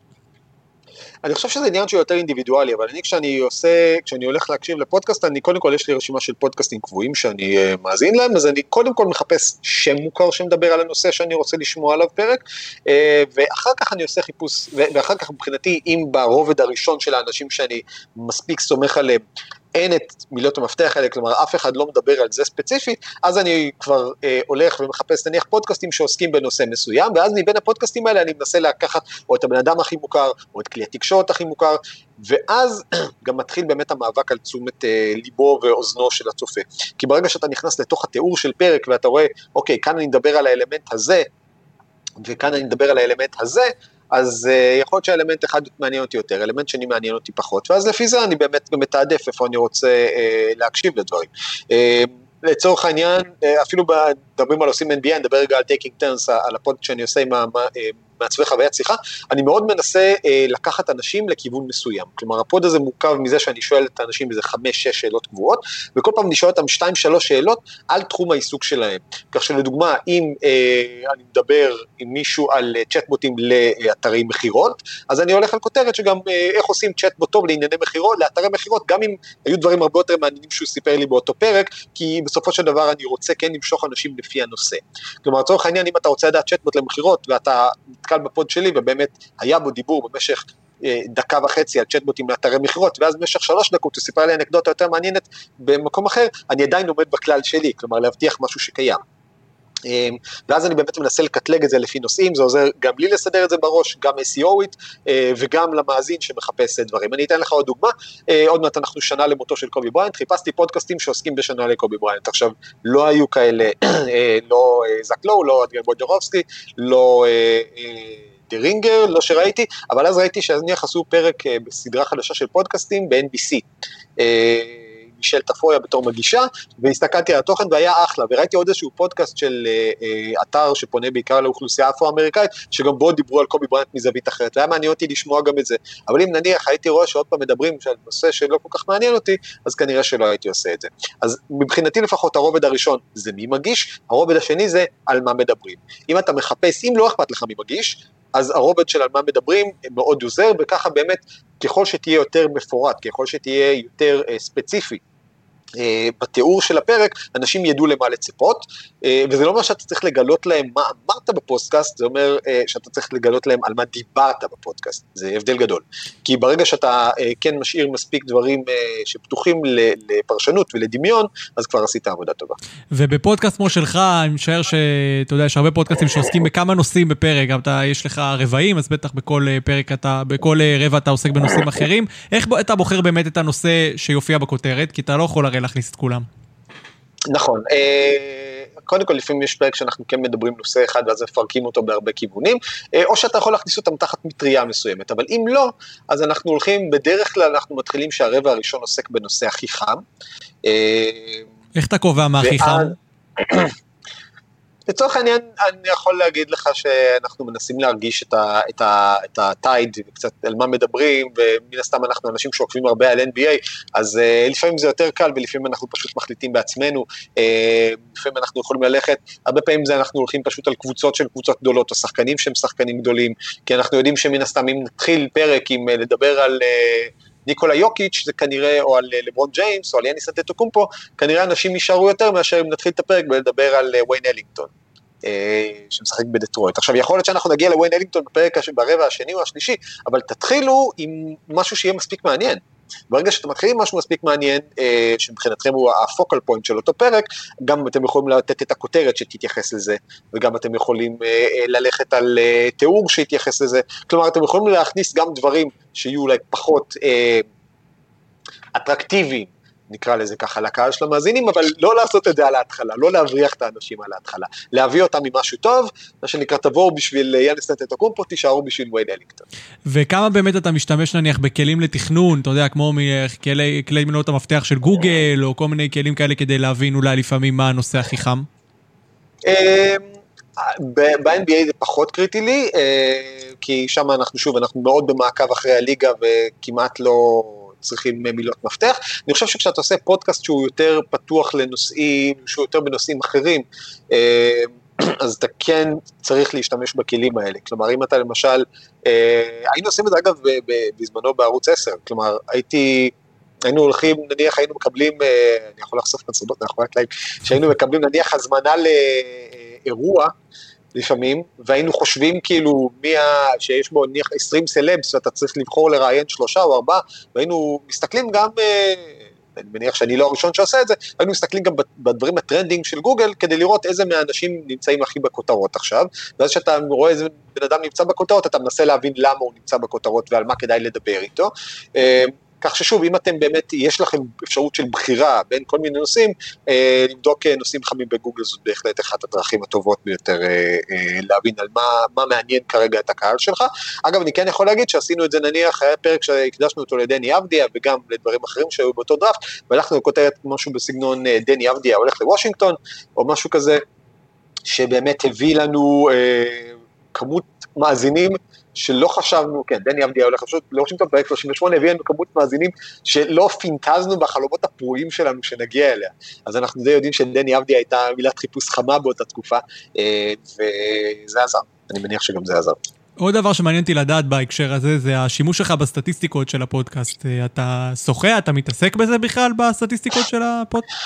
אני חושב שזה עניין שהוא יותר אינדיבידואלי, אבל אני כשאני עושה, כשאני הולך להקשיב לפודקאסט, אני קודם כל יש לי רשימה של פודקאסטים קבועים שאני uh, מאזין להם, אז אני קודם כל מחפש שם מוכר שמדבר על הנושא שאני רוצה לשמוע עליו פרק, uh, ואחר כך אני עושה חיפוש, ואחר כך מבחינתי, אם ברובד הראשון של האנשים שאני מספיק סומך עליהם, אין את מילות המפתח האלה, כלומר אף אחד לא מדבר על זה ספציפית, אז אני כבר אה, הולך ומחפש נניח פודקאסטים שעוסקים בנושא מסוים, ואז מבין הפודקאסטים האלה אני מנסה לקחת או את הבן אדם הכי מוכר, או את כלי התקשורת הכי מוכר, ואז גם מתחיל באמת המאבק על תשומת אה, ליבו ואוזנו של הצופה. כי ברגע שאתה נכנס לתוך התיאור של פרק, ואתה רואה, אוקיי, כאן אני מדבר על האלמנט הזה, וכאן אני מדבר על האלמנט הזה, אז uh, יכול להיות שהאלמנט אחד מעניין אותי יותר, אלמנט שני מעניין אותי פחות, ואז לפי זה אני באמת גם מתעדף איפה אני רוצה uh, להקשיב לדברים. Uh, לצורך העניין, uh, אפילו מדברים על עושים אן בי איי, נדבר רגע על taking turns, על הפוד שאני עושה עם מעצבי חוויית שיחה, אני מאוד מנסה uh, לקחת אנשים לכיוון מסוים, כלומר הפוד הזה מורכב מזה שאני שואל את האנשים איזה חמש, שש שאלות קבועות, וכל פעם אני שואל אותם שתיים, שלוש שאלות על תחום העיסוק שלהם, כך שלדוגמה, אם uh, אני מדבר עם מישהו על uh, צ'טבוטים לאתרי מחירות, אז אני הולך על כותרת שגם uh, איך עושים צ'טבוט טוב לענייני מחירות, לאתרי מחירות, גם אם היו דברים הרבה יותר מעניינים שהוא סיפר לי באותו פרק, כי בסופו של דבר אני רוצה כן למשוך אנשים לפי הנושא. כלומר, לצורך העניין, אם אתה רוצה לדעת צ'טבוט למחירות, ואתה נתקל בפוד שלי, ובאמת היה בו דיבור במשך אה, דקה וחצי על צ'טבוטים לאתרי מחירות, ואז במשך שלוש דקות הוא סיפר לי אנקדוטה יותר מעניינת במקום אחר, אני עדיין עומד בכלל שלי, כלומר להבטיח משהו שקיים. אה, ואז אני באמת מנסה לקטלג את זה לפי נושאים, זה עוזר גם לי לסדר את זה בראש, גם אס אי או-ית, אה, וגם למאזין שמחפש דברים. אני אתן לך עוד דוגמה, אה, עוד מעט אנחנו שנה למותו של קובי בריינט, חיפשתי פודקאסטים שעוסקים בשנה לקובי בריינט, עכשיו לא היו כאלה, אה, לא אה, זק לואו, לא אדגר בוג'רובסקי, לא אה, אה, דרינגר, לא שראיתי, אבל אז ראיתי שנניח עשו פרק בסדרה חדשה של פודקאסטים ב-אן בי סי, מישל תפויה בתור מגישה, והסתכלתי על התוכן והיה אחלה, וראיתי עוד איזשהו פודקאסט של אתר שפונה בעיקר לאוכלוסייה אפרו-אמריקאית, שגם בו דיברו על קובי בריינט מזווית אחרת, והיה מעניין אותי לשמוע גם את זה, אבל אם נניח הייתי רואה שעוד פעם מדברים על נושא שלא כל כך מעניין אותי, אז כנראה שלא הייתי עושה את זה. אז מבחינתי לפחות הרובד הראשון זה מי מגיש, הרובד השני זה על מה מדברים. אם אתה מחפש, אם לא אכפת לך מי מגיש, אז הרובד של על מה מדברים מאוד עוזר, וככה באמת ככל שתהיה יותר מפורט, ככל שתהיה יותר uh, ספציפי, uh, בתיאור של הפרק, אנשים ידעו למה לצפות, uh, וזה לא אומר שאתה צריך לגלות להם מה אמרת בפודקאסט, זה אומר uh, שאתה צריך לגלות להם על מה דיברת בפודקאסט, זה הבדל גדול, כי ברגע שאתה uh, כן משאיר מספיק דברים uh, שפתוחים לפרשנות ולדמיון, אז כבר עשית עבודה טובה. ובפודקאסט כמו שלך, אני משער שאתה יודע, יש הרבה פודקאסטים שעוסקים בכמה נושאים בפרק, גם אתה, יש לך רבעים, אז בטח בכל פרק אתה, בכל רבע אתה עוסק בנושאים אחרים. איך אתה בוחר באמת את הנושא שיופיע בכותרת? כי אתה לא יכול הרי להכניס את כולם. נכון. קודם כל, לפעמים יש פרק שאנחנו כן מדברים נושא אחד, ואז מפרקים אותו בהרבה כיוונים, או שאתה יכול להכניס אותם תחת מטריה מסוימת, אבל אם לא, אז אנחנו הולכים, בדרך כלל אנחנו מתחילים שהרבע הראשון עוסק בנושא הכי חם. איך אתה קובע מה הכי חם? לצורך העניין, אני יכול להגיד לך שאנחנו מנסים להרגיש את ה, את ה, את הטייד, וקצת על מה מדברים, ומן הסתם אנחנו אנשים שעוקבים הרבה על אן בי איי, אז uh, לפעמים זה יותר קל, ולפעמים אנחנו פשוט מחליטים בעצמנו, uh, לפעמים אנחנו יכולים ללכת, הרבה פעמים זה אנחנו הולכים פשוט על קבוצות של קבוצות גדולות, או שחקנים שהם שחקנים גדולים, כי אנחנו יודעים שמן הסתם אם נתחיל פרק עם uh, לדבר על... Uh, ניקולה יוקיץ' זה כנראה, או על לברון ג'יימס, או על יאניס אנטטוקומפו, כנראה אנשים יישארו יותר מאשר אם נתחיל את הפרק ולדבר על וויין אלינגטון, שמשחק בדטרויט. עכשיו, יכול להיות שאנחנו נגיע לוויין אלינגטון בפרק ברבע השני או השלישי, אבל תתחילו עם משהו שיהיה מספיק מעניין. ברגע שאתם מתחילים משהו מספיק מעניין, שמבחינתכם הוא הפוקל פוינט של אותו פרק, גם אתם יכולים לתת את הכותרת שתתייחס לזה, וגם אתם יכולים ללכת על תיאור שיתייחס לזה, כלומר אתם יכולים להכניס גם דברים שיהיו אולי פחות אטרקטיביים, נקרא לזה ככה, לקהל של המאזינים, אבל לא לעשות את זה על ההתחלה, לא להבריח את האנשים על ההתחלה, להביא אותם ממשהו טוב, מה שנקרא תבואו בשביל יאניס אנטטוקומפו, תישארו בשביל וויין אלינגטון. וכמה באמת אתה משתמש נניח בכלים לתכנון, אתה יודע, כמו כלי, כלי מנהלות המפתח של גוגל, או כל מיני כלים כאלה כדי להבין אולי לפעמים מה הנושא הכי חם? ב-אן בי איי זה פחות קריטי לי, כי שם אנחנו שוב, אנחנו מאוד במעקב אחרי הליגה, וכמעט לא... צריכים מילות מפתח. אני חושב שכשאתה עושה פודקאסט שהוא יותר פתוח לנושאים, שהוא יותר בנושאים אחרים, אז אתה כן צריך להשתמש בכלים האלה. כלומר, אם אתה למשל, היינו עושים את זה אגב בזמנו בערוץ עשר, כלומר, הייתי, היינו הולכים, נניח היינו מקבלים, אני יכול לחשוף מצרבות, אנחנו רק להם, שהיינו מקבלים נניח הזמנה לאירוע, לפעמים, והיינו חושבים כאילו, מי ה... שיש בו נניח עשרים סלבס, ואתה צריך לבחור לראיין שלושה או ארבעה, והיינו מסתכלים גם, אני מניח שאני לא הראשון שעושה את זה, היינו מסתכלים גם בדברים הטרנדינג של גוגל, כדי לראות איזה מהאנשים נמצאים הכי בכותרות עכשיו, ואז שאתה רואה איזה בן אדם נמצא בכותרות, אתה מנסה להבין למה הוא נמצא בכותרות, ועל מה כדאי לדבר איתו, כך ששוב, אם אתם באמת, יש לכם אפשרות של בחירה בין כל מיני נושאים, אה, לבדוק נושאים חמים בגוגל, זאת בהחלט אחת הדרכים הטובות ביותר אה, אה, להבין על מה, מה מעניין כרגע את הקהל שלך. אגב, אני כן יכול להגיד שעשינו את זה נניח, היה פרק שהקדשנו אותו לדני אבדיה, וגם לדברים אחרים שהיו באותו דראפט, והלכנו לכותרת משהו בסגנון דני אבדיה הולך לוושינגטון, או משהו כזה, שבאמת הביא לנו אה, כמות מאזינים, שלא חשבנו, כן, דני אבדיה הולך לוושינגטון, פרק שלושים ושמונה, הביא לנו כמות מאזינים שלא פינטזנו בחלומות הפרועים שלנו שנגיע אליה. אז אנחנו די יודעים שדני אבדיה הייתה מילת חיפוש חמה באותה תקופה, וזה עזר. אני מניח שגם זה עזר. עוד דבר שמעניין אותי לדעת בהקשר הזה, זה השימוש שלך בסטטיסטיקות של הפודקאסט. אתה שוחה, אתה מתעסק בזה בכלל בסטטיסטיקות של הפודקאסט?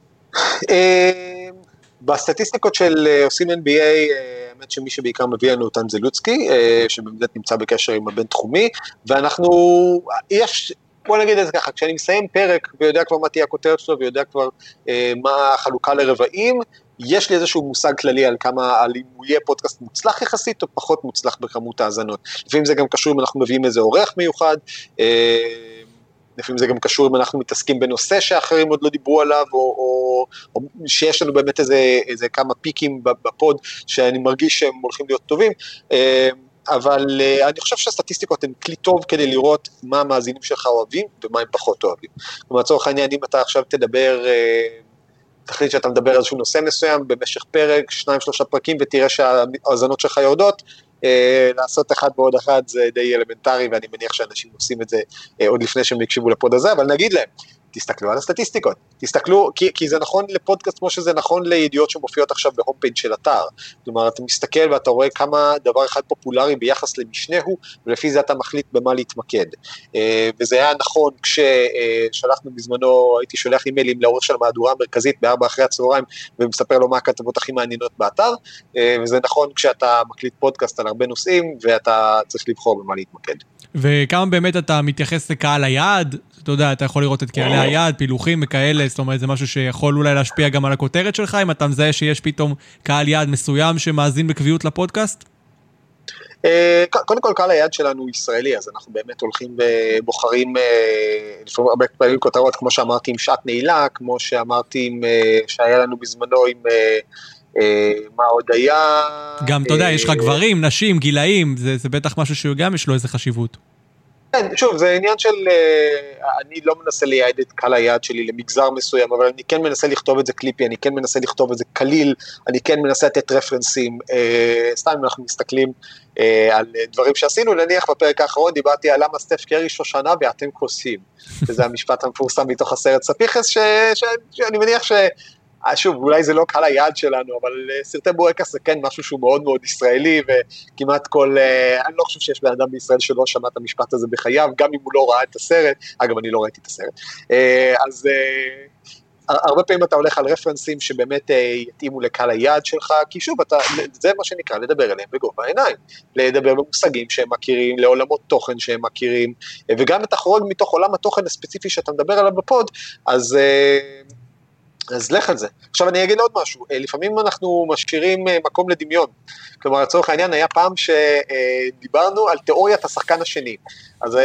בסטטיסטיקות של עושים אן בי איי, האמת שמי שבעיקר מביא לנו אותן זה לוצקי, שבאמת נמצא בקשר עם הבן תחומי, ואנחנו, יש, בוא נגיד את זה ככה, כשאני מסיים פרק ויודע כבר מה תהיה הכותרת שלו, ויודע כבר מה החלוקה לרבעים, יש לי איזשהו מושג כללי על כמה, על אם הוא יהיה פודקאסט מוצלח יחסית, או פחות מוצלח בכמות האזנות. לפעמים זה גם קשור אם אנחנו מביאים איזה עורך מיוחד, לפעמים זה גם קשור אם אנחנו מתעסקים בנושא שאחרים עוד לא דיברו עליו, או, או, או שיש לנו באמת איזה, איזה כמה פיקים בפוד, שאני מרגיש שהם הולכים להיות טובים, אבל אני חושב שהסטטיסטיקות הן כלי טוב כדי לראות מה המאזינים שלך אוהבים, ומה הם פחות אוהבים. כלומר, לצורך העניין, אם אתה עכשיו תדבר, תחליט שאתה מדבר על איזשהו נושא מסוים, במשך פרק, שניים, שלושה פרקים, ותראה שהאזנות שלך יורדות, לעשות אחד ועוד אחד זה די אלמנטרי, ואני מניח שאנשים עושים את זה עוד לפני שהם יקשיבו לפוד הזה, אבל נגיד להם, תסתכלו על הסטטיסטיקות, תסתכלו, כי, כי זה נכון לפודקאסט כמו שזה נכון לידיעות שמופיעות עכשיו בהום פייג' של אתר, כלומר אתה מסתכל ואתה רואה כמה דבר אחד פופולרי ביחס למשנהו, ולפי זה אתה מחליט במה להתמקד, וזה היה נכון כששלחנו בזמנו, הייתי שולח אימיילים לעורך של המהדורה המרכזית בארבע אחרי הצהריים, ומספר לו מה הכתבות הכי מעניינות באתר, וזה נכון כשאתה מקליט פודקאסט על הרבה נושאים, ואתה צריך לבחור במה להתמקד. וכמה באמת אתה מתייחס לקהל היעד, אתה יודע, אתה יכול לראות את קהלי היעד, פילוחים וכאלה, זאת אומרת, זה משהו שיכול אולי להשפיע גם על הכותרת שלך, אם אתה מזהה שיש פתאום קהל יעד מסוים שמאזין בקביעות לפודקאסט? קודם כל, קהל היעד שלנו הוא ישראלי, אז אנחנו באמת הולכים ובוחרים, לפעמים הרבה פעמים כותרות, כמו שאמרתי, עם שעת נעילה, כמו שאמרתי, שהיה לנו בזמנו עם מה עוד היה. גם, אתה יודע, יש לך גברים, נשים, גילאים, זה בטח משהו שגם יש לו איזה חשיבות. כן, שוב, זה עניין של, אני לא מנסה לייעד את קהל היעד שלי למגזר מסוים, אבל אני כן מנסה לכתוב את זה קליפי, אני כן מנסה לכתוב את זה קליל, אני כן מנסה לתת רפרנסים, סתם אם אנחנו מסתכלים על דברים שעשינו, נניח בפרק האחרון דיברתי על למה סטף קרי שושנה ואתם כוסים, וזה המשפט המפורסם מתוך הסרט ספיחס, שאני מניח ש... שוב, אולי זה לא קהל היעד שלנו, אבל סרטי בורקס זה כן משהו שהוא מאוד מאוד ישראלי, וכמעט כל, אני לא חושב שיש בן אדם בישראל שלא שמע את המשפט הזה בחייו, גם אם הוא לא ראה את הסרט, אגב, אני לא ראיתי את הסרט, אז הרבה פעמים אתה הולך על רפרנסים שבאמת יתאימו לקהל היעד שלך, כי שוב, אתה, זה מה שנקרא לדבר אליהם בגובה העיניים, לדבר במושגים שהם מכירים, לעולמות תוכן שהם מכירים, וגם אתה חורג מתוך עולם התוכן הספציפי שאתה מדבר עליו בפוד, אז... אז לך על זה. עכשיו אני אגיד עוד משהו, לפעמים אנחנו משאירים מקום לדמיון, כלומר לצורך העניין היה פעם שדיברנו על תיאוריית השחקן השני, אז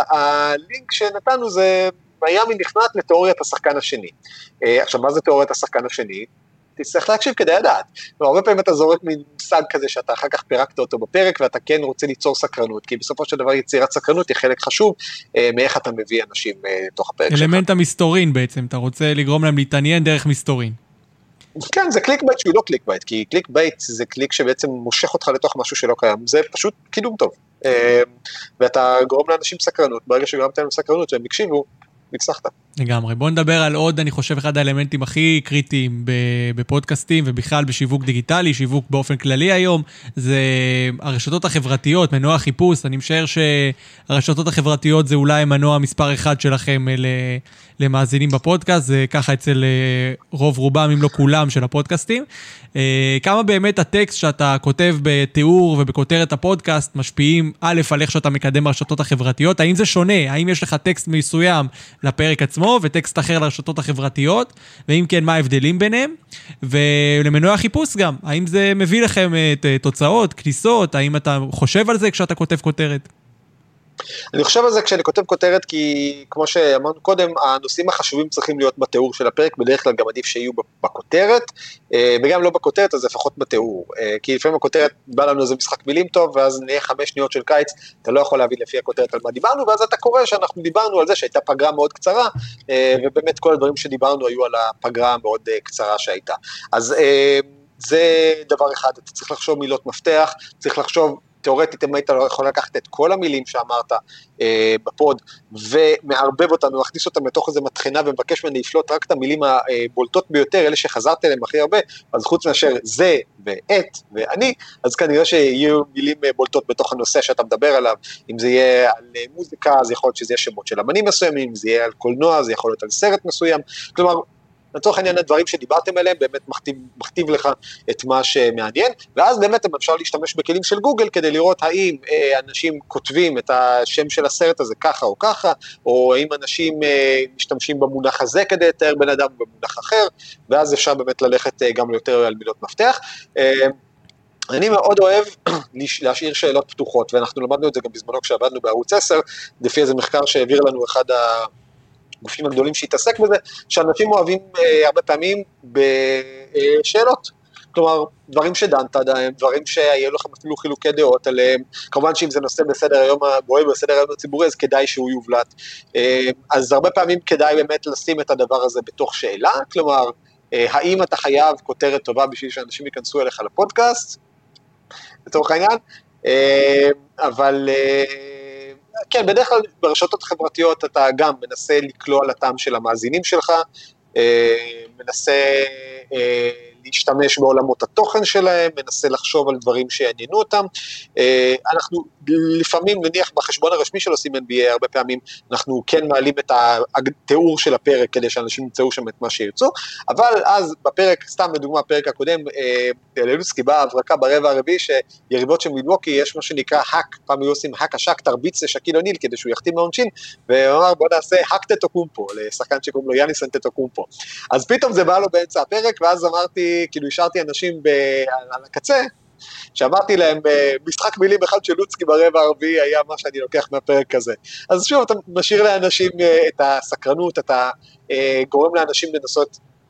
הלינק שנתנו זה מיאמי נכנעת לתיאוריית השחקן השני. עכשיו מה זה תיאוריית השחקן השני? תצטרך להקשיב כדי לדעת. הרבה פעמים אתה זורק ממושג כזה שאתה אחר כך פירקת אותו בפרק, ואתה כן רוצה ליצור סקרנות, כי בסופו של דבר יצירת סקרנות היא חלק חשוב, מאיך אתה מביא אנשים תוך הפרק שלך. אלמנט המסתורין בעצם, אתה רוצה לגרום להם להתעניין דרך מסתורין. כן, זה קליק בייט שהוא לא קליק בייט, כי קליק בייט זה קליק שבעצם מושך אותך לתוך משהו שלא קיים, זה פשוט קידום טוב. ואתה גורם לאנשים סקרנות, ברגע שגרמת להם סקרנות שהם יקשיבו, הצלחת. לגמרי. בוא נדבר על עוד, אני חושב, אחד האלמנטים הכי קריטיים בפודקאסטים, ובכלל בשיווק דיגיטלי, שיווק באופן כללי היום, זה הרשתות החברתיות, מנוע חיפוש. אני משער שהרשתות החברתיות זה אולי מנוע מספר אחד שלכם למאזינים בפודקאסט, זה ככה אצל רוב רובם, אם לא כולם, של הפודקאסטים. כמה באמת הטקסט שאתה כותב בתיאור ובכותרת הפודקאסט משפיעים א' על איך שאתה מקדם הרשתות החברתיות, האם זה שונה? האם יש לך טקסט מסוים לפרק עצמו וטקסט אחר לרשתות החברתיות, ואם כן, מה ההבדלים ביניהם? ולמנוע החיפוש גם, האם זה מביא לכם תוצאות, כניסות, האם אתה חושב על זה כשאתה כותב כותרת? אני חושב על זה כשאני כותב כותרת, כי כמו שאמרנו קודם, הנושאים החשובים צריכים להיות בתיאור של הפרק, בדרך כלל גם עדיף שיהיו בכותרת, וגם לא בכותרת, אז לפחות בתיאור, כי לפעמים הכותרת, בא לנו איזה משחק מילים טוב, ואז נהיה חמש שניות של קיץ, אתה לא יכול להביא לפי הכותרת על מה דיברנו, ואז אתה קורא שאנחנו דיברנו על זה, שהייתה פגרה מאוד קצרה, ובאמת כל הדברים שדיברנו היו על הפגרה המאוד קצרה שהייתה. אז זה דבר אחד, אתה צריך לחשוב מילות מפתח, צריך לחשוב, תיאורטית, אם היית יכול לקחת את כל המילים שאמרת אה, בפוד, ומערבב אותנו, להכניס אותם לתוך איזה מתחינה, ומבקש ממני לפלוט רק את המילים הבולטות ביותר, אלה שחזרתי אליהם הכי הרבה, אז חוץ מאשר זה ואת ואני, אז כנראה שיהיו מילים בולטות בתוך הנושא שאתה מדבר עליו, אם זה יהיה על מוזיקה, אז יכול להיות שזה יהיה שמות של אמנים מסוימים, אם זה יהיה על קולנוע, זה יכול להיות על סרט מסוים, כלומר, לצורך העניין הדברים שדיברתם עליהם, באמת מכתיב, מכתיב לך את מה שמעניין, ואז באמת אפשר להשתמש בכלים של גוגל, כדי לראות האם אה, אנשים כותבים את השם של הסרט הזה ככה או ככה, או האם אנשים אה, משתמשים במונח הזה כדי לתאר בן אדם במונח אחר, ואז אפשר באמת ללכת אה, גם יותר על מילות מפתח. אה, אני מאוד אוהב להשאיר שאלות פתוחות, ואנחנו למדנו את זה גם בזמנו כשעבדנו בערוץ עשר, לפי איזה מחקר שהעביר לנו אחד ה... גופים הגדולים שהתעסק בזה, שאנשים אוהבים אה, הרבה פעמים בשאלות, כלומר, דברים שדנת עדיין, דברים שיהיו לכם אפילו חילוקי דעות עליהם, כמובן שאם זה נושא בסדר היום הבוער, בסדר היום הציבורי, אז כדאי שהוא יובלט, אה, אז הרבה פעמים כדאי באמת לשים את הדבר הזה בתוך שאלה, כלומר, אה, האם אתה חייב כותרת טובה בשביל שאנשים ייכנסו אליך לפודקאסט, לצורך העניין, אה, אבל... אה, כן, בדרך כלל ברשתות החברתיות אתה גם מנסה לקלוע לטעם של המאזינים שלך, מנסה להשתמש בעולמות התוכן שלהם, מנסה לחשוב על דברים שיעניינו אותם. אנחנו לפעמים, נניח בחשבון הרשמי של עושים אן בי איי, הרבה פעמים אנחנו כן מעלים את התיאור של הפרק, כדי שאנשים ימצאו שם את מה שירצו, אבל אז בפרק, סתם לדוגמה, הפרק הקודם, ללוסקי בא הברקה ברבע הרביעי, שיריבות של מילווקי, יש מה שנקרא האק, פעם היו עושים האק השק, תרביץ לשקיל אוניל, כדי שהוא יחתים מהעונשין, והוא אמר בוא נעשה האק טטוקומפו, לשחקן שקוראים לו יאניסן טטוקומפו. אז פתאום זה בא לו באמצע הפרק, ואז אמרתי, כאילו השארתי אנשים על הקצה, שאמרתי להם, משחק מילים אחד של לוצקי ברבע הרביעי היה מה שאני לוקח מהפרק הזה. אז שוב, אתה משאיר לאנשים את הסקרנות, אתה גורם לאנשים לנסות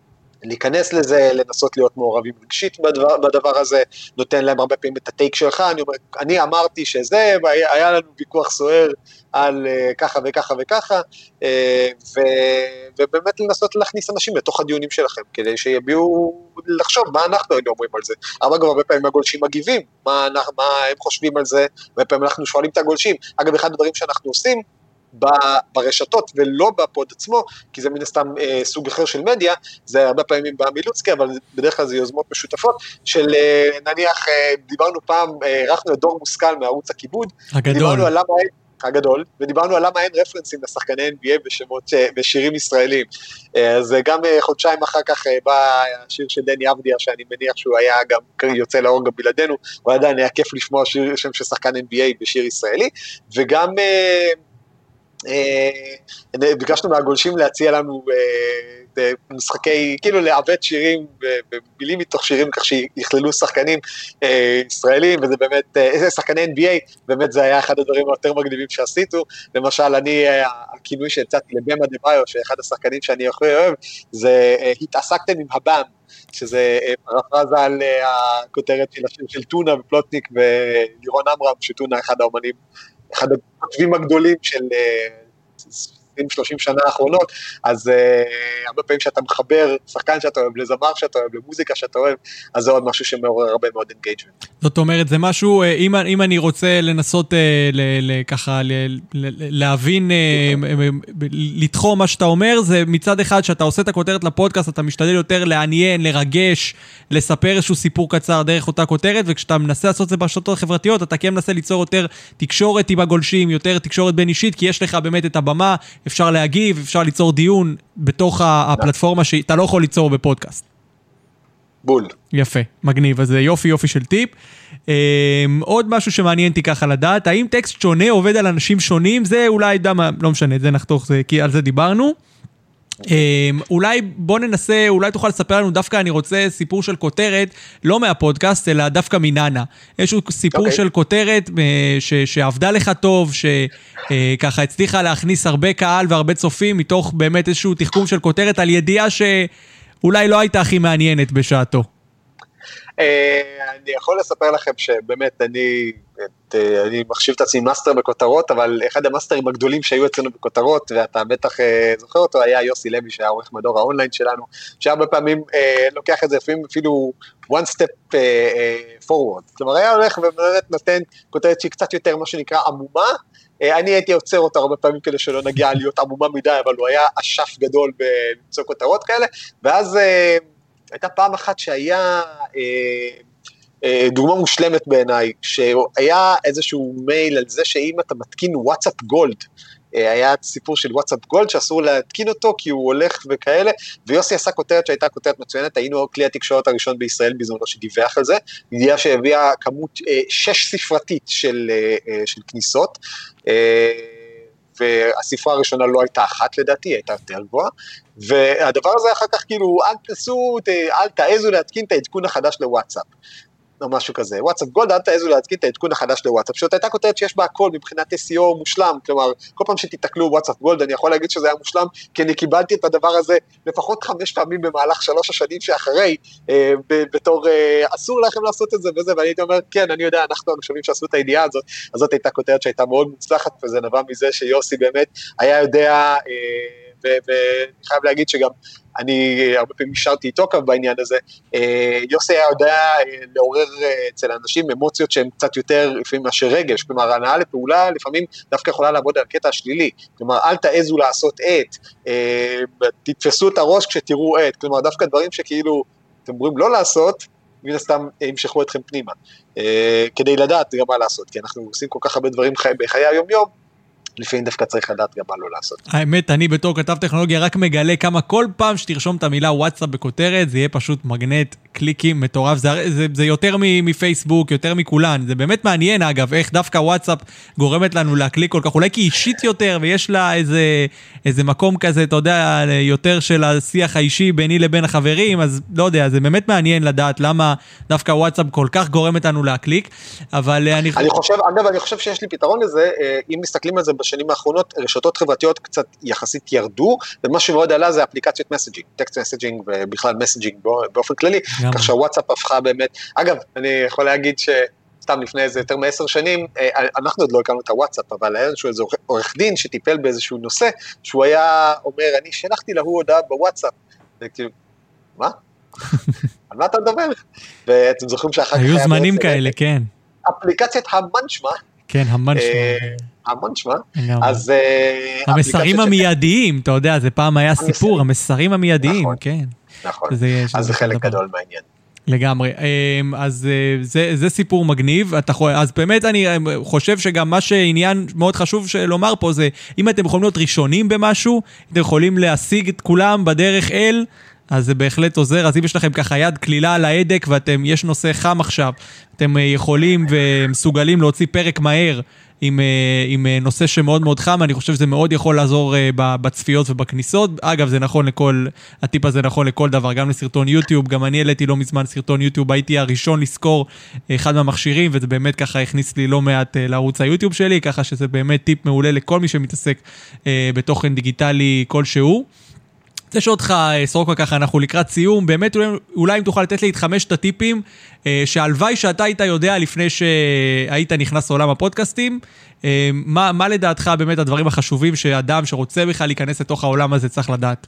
להיכנס לזה, לנסות להיות מעורבים רגשית בדבר, בדבר הזה, נותן להם הרבה פעמים את הטייק שלך, אני אומר, אני אמרתי שזה, והיה לנו ויכוח סוער על uh, ככה וככה וככה, uh, ו, ובאמת לנסות להכניס אנשים לתוך הדיונים שלכם, כדי שיביאו לחשוב מה אנחנו היינו אומרים על זה. אבל גם הרבה פעמים הגולשים מגיבים, מה, מה הם חושבים על זה, הרבה פעמים אנחנו שואלים את הגולשים. אגב, אחד הדברים שאנחנו עושים, ברשתות ולא בפוד עצמו, כי זה מן הסתם אה, סוג אחר של מדיה, זה הרבה פעמים במילוצקי, אבל בדרך כלל זה יוזמות משותפות, של אה, נניח, אה, דיברנו פעם, אה, ערכנו את דור מושכל מערוץ הכיבוד, הגדול. דיברנו על למה אין, הגדול, ודיברנו על למה אין רפרנסים לשחקני אן בי איי בשמות, בשירים ישראלים, אז גם חודשיים אחר כך בא השיר של דני אבדיה, שאני מניח שהוא היה גם יוצא לאור גם בלעדינו, אבל עדיין היה כיף לשמוע שיר, שם של שחקן אן בי איי בשיר ישראלי, וגם ביקשנו מהגולשים להציע לנו משחקי, כאילו לעבד שירים במילים מתוך שירים כך שיכללו שחקנים ישראלים, וזה באמת, שחקני אן בי איי, באמת זה היה אחד הדברים היותר מגניבים שעשיתו. למשל, אני, הכינוי שהצעתי לבמה דבאיו, שאחד השחקנים שאני אוהב, זה התעסקתם עם הבאם, שזה פרפרזה על הכותרת של השיר של טונה ופלוטניק ולירון אמרם, שטונה אחד האומנים, אחד הכותבים הגדולים של עשרים שלושים שנה האחרונות, אז uh, הרבה פעמים שאתה מחבר שחקן שאתה אוהב, לזמר שאתה אוהב, למוזיקה שאתה אוהב, אז זה עוד משהו שמעורר הרבה מאוד אינגייג'מנט. זאת אומרת, זה משהו, אם, אם אני רוצה לנסות ל, ל, ככה ל, ל, להבין, לתחום מה שאתה אומר, זה מצד אחד שאתה עושה את הכותרת לפודקאסט, אתה משתדל יותר לעניין, לרגש, לספר איזשהו סיפור קצר דרך אותה כותרת, וכשאתה מנסה לעשות את זה ברשתות החברתיות, אתה כן מנסה ליצור יותר תקשורת עם הגולשים, יותר תקשורת בין אישית, כי יש לך באמת את הבמה, אפשר להגיב, אפשר ליצור דיון בתוך הפלטפורמה שאתה לא יכול ליצור בפודקאסט. בול. יפה, מגניב, אז זה יופי יופי של טיפ. עוד משהו שמעניין אותי ככה לדעת, האם טקסט שונה עובד על אנשים שונים? זה אולי, לא משנה, זה נחתוך, כי על זה דיברנו. אולי בוא ננסה, אולי תוכל לספר לנו, דווקא אני רוצה סיפור של כותרת, לא מהפודקאסט, אלא דווקא מננה. איזשהו סיפור של כותרת שעבדה לך טוב, שככה הצליחה להכניס הרבה קהל והרבה צופים, מתוך באמת איזשהו תחכום של כותרת, על ידיעה שאולי לא הייתה הכי מעניינת בשעתו. אני יכול לספר לכם שבאמת אני, אני מחשיב את עצמי מאסטר בכותרות, אבל אחד המאסטרים הגדולים שהיו אצלנו בכותרות, ואתה בטח זוכר אותו, היה יוסי לוי, שהיה עורך מדור האונליין שלנו, שהרבה פעמים לוקח את זה, לפעמים אפילו one step forward, כלומר היה הולך ובאמת נותן כותרת שהיא קצת יותר מה שנקרא עמומה, אני הייתי עוצר אותה הרבה פעמים כדי שלא נגיע להיות עמומה מדי, אבל הוא היה אשף גדול בלמצוא כותרות כאלה, ואז הייתה פעם אחת שהיה אה, אה, דוגמה מושלמת בעיניי, שהיה איזשהו מייל על זה שאם אתה מתקין וואטסאפ גולד, אה, היה סיפור של וואטסאפ גולד שאסור להתקין אותו כי הוא הולך וכאלה, ויוסי עשה כותרת שהייתה כותרת מצוינת, היינו כלי התקשורת הראשון בישראל בזמנו שדיווח על זה, ידיעה שהביאה כמות אה, שש ספרתית של, אה, של כניסות, אה, והספרה הראשונה לא הייתה אחת לדעתי, היא הייתה יותר גבוהה, והדבר הזה אחר כך כאילו, אל תעשו, אל תעזו להתקין את העדכון החדש לוואטסאפ, או משהו כזה, וואטסאפ גולד, אל תעזו להתקין את העדכון החדש לוואטסאפ, זאת הייתה כותרת שיש בה הכל מבחינת אס אי או מושלם, כלומר, כל פעם שתתקלו וואטסאפ גולד, אני יכול להגיד שזה היה מושלם, כי אני קיבלתי את הדבר הזה לפחות חמש פעמים במהלך שלוש השנים שאחרי, אה, בתור, אה, אסור לכם לעשות את זה וזה, ואני הייתי אומר, כן, אני יודע, אנחנו הראשונים שעשו את הידיעה הזאת, אז זאת הייתה כותרת שהייתה מאוד מוצלחת, וזה נבע מזה שיוסי באמת היה יודע, אה, ואני חייב להגיד שגם אני הרבה פעמים נשארתי איתו כאן בעניין הזה, יוסי היה יודע לעורר אצל האנשים אמוציות שהן קצת יותר לפעמים מאשר רגש, כלומר הנאה לפעולה לפעמים דווקא יכולה לעבוד על קטע השלילי, כלומר אל תעזו לעשות את, תתפסו את הראש כשתראו את, כלומר דווקא דברים שכאילו אתם אומרים לא לעשות, מן הסתם ימשכו אתכם פנימה, כדי לדעת גם מה לעשות, כי אנחנו עושים כל כך הרבה דברים בחיי היום יום, לפעמים דווקא צריך לדעת גם מה לא לעשות. האמת, אני בתור כתב טכנולוגיה רק מגלה כמה כל פעם שתרשום את המילה וואטסאפ בכותרת, זה יהיה פשוט מגנט, קליקים, מטורף, זה, זה, זה יותר מפייסבוק, יותר מכולן, זה באמת מעניין אגב, איך דווקא וואטסאפ גורמת לנו להקליק כל כך, אולי כי אישית יותר, ויש לה איזה, איזה מקום כזה, אתה יודע, יותר של השיח האישי ביני לבין החברים, אז לא יודע, זה באמת מעניין לדעת למה דווקא וואטסאפ כל כך גורמת לנו להקליק, אבל אני... אני חושב, אגב, אני חושב שיש לי פתרון לזה, אם מסתכלים על זה בשנים האחרונות, רשתות חברתיות קצת יחסית ירדו, ומה שמאוד עלה זה אפליקציות מסג'ינג, טקסט מסג'ינג ובכלל מסג'ינג באופן כללי, כך שהוואטסאפ הפכה באמת, אגב, אני יכול להגיד ש... סתם לפני איזה יותר מעשר שנים, אנחנו עוד לא הקמנו את הוואטסאפ, אבל היה איזשהו איזה עורך דין שטיפל באיזשהו נושא, שהוא היה אומר, אני שלחתי להוא הודעה בוואטסאפ, וכאילו, מה? על מה אתה מדבר? ואתם זוכרים שאחר כך... היו זמנים כאלה, כן. אפליקציית המנשמה. כן, המנשמה. המנשמה. אז... המסרים המיידיים, אתה יודע, זה פעם היה סיפור, המסרים המיידיים, כן. נכון, אז זה חלק גדול מהעניין. לגמרי, אז זה, זה סיפור מגניב, אתה יכול, אז באמת אני חושב שגם מה שעניין מאוד חשוב לומר פה זה, אם אתם יכולים להיות ראשונים במשהו, אתם יכולים להשיג את כולם בדרך אל, אז זה בהחלט עוזר, אז אם יש לכם ככה יד כלילה על ההדק, ואתם, יש נושא חם עכשיו, אתם יכולים ומסוגלים להוציא פרק מהר, עם, עם נושא שמאוד מאוד חם, אני חושב שזה מאוד יכול לעזור בצפיות ובכניסות, אגב זה נכון לכל, הטיפ הזה נכון לכל דבר, גם לסרטון יוטיוב, גם אני העליתי לא מזמן סרטון יוטיוב, הייתי הראשון לזכור אחד מהמכשירים, וזה באמת ככה הכניס לי לא מעט לערוץ היוטיוב שלי, ככה שזה באמת טיפ מעולה לכל מי שמתעסק בתוכן דיגיטלי כלשהו. זה שאותך, סורוקה, ככה אנחנו לקראת סיום, באמת אולי, אולי אם תוכל לתת לי את חמשת הטיפים, אה, שהלוואי שאתה היית יודע לפני שהיית נכנס לעולם הפודקאסטים, אה, מה, מה לדעתך באמת הדברים החשובים שאדם שרוצה בכלל להיכנס לתוך העולם הזה צריך לדעת?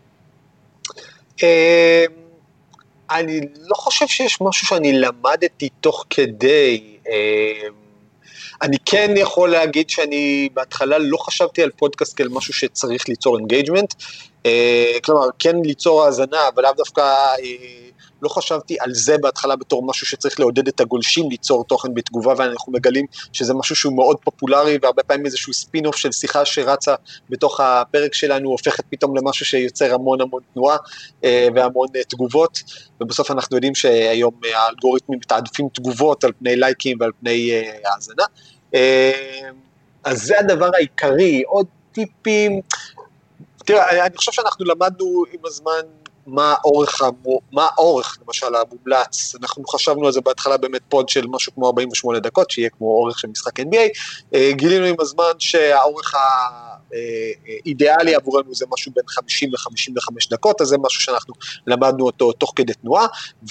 אה, אני לא חושב שיש משהו שאני למדתי תוך כדי, אה, אני כן יכול להגיד שאני בהתחלה לא חשבתי על פודקאסט כאל משהו שצריך ליצור אינגייג'מנט, כלומר, כן ליצור האזנה, אבל לאו דווקא לא חשבתי על זה בהתחלה בתור משהו שצריך לעודד את הגולשים ליצור תוכן בתגובה, ואנחנו מגלים שזה משהו שהוא מאוד פופולרי, והרבה פעמים איזשהו ספין-אוף של שיחה שרצה בתוך הפרק שלנו, הופכת פתאום למשהו שיוצר המון המון תנועה והמון תגובות, ובסוף אנחנו יודעים שהיום האלגוריתמים מתעדפים תגובות על פני לייקים ועל פני האזנה. אז זה הדבר העיקרי, עוד טיפים, תראה, אני חושב שאנחנו למדנו עם הזמן מה האורך, מה האורך למשל המומלץ, אנחנו חשבנו על זה בהתחלה באמת פוד של משהו כמו ארבעים ושמונה דקות, שיהיה כמו אורך של משחק אן בי איי, גילינו עם הזמן שהאורך האידיאלי עבורנו זה משהו בין חמישים ל-חמישים וחמש דקות, אז זה משהו שאנחנו למדנו אותו תוך כדי תנועה,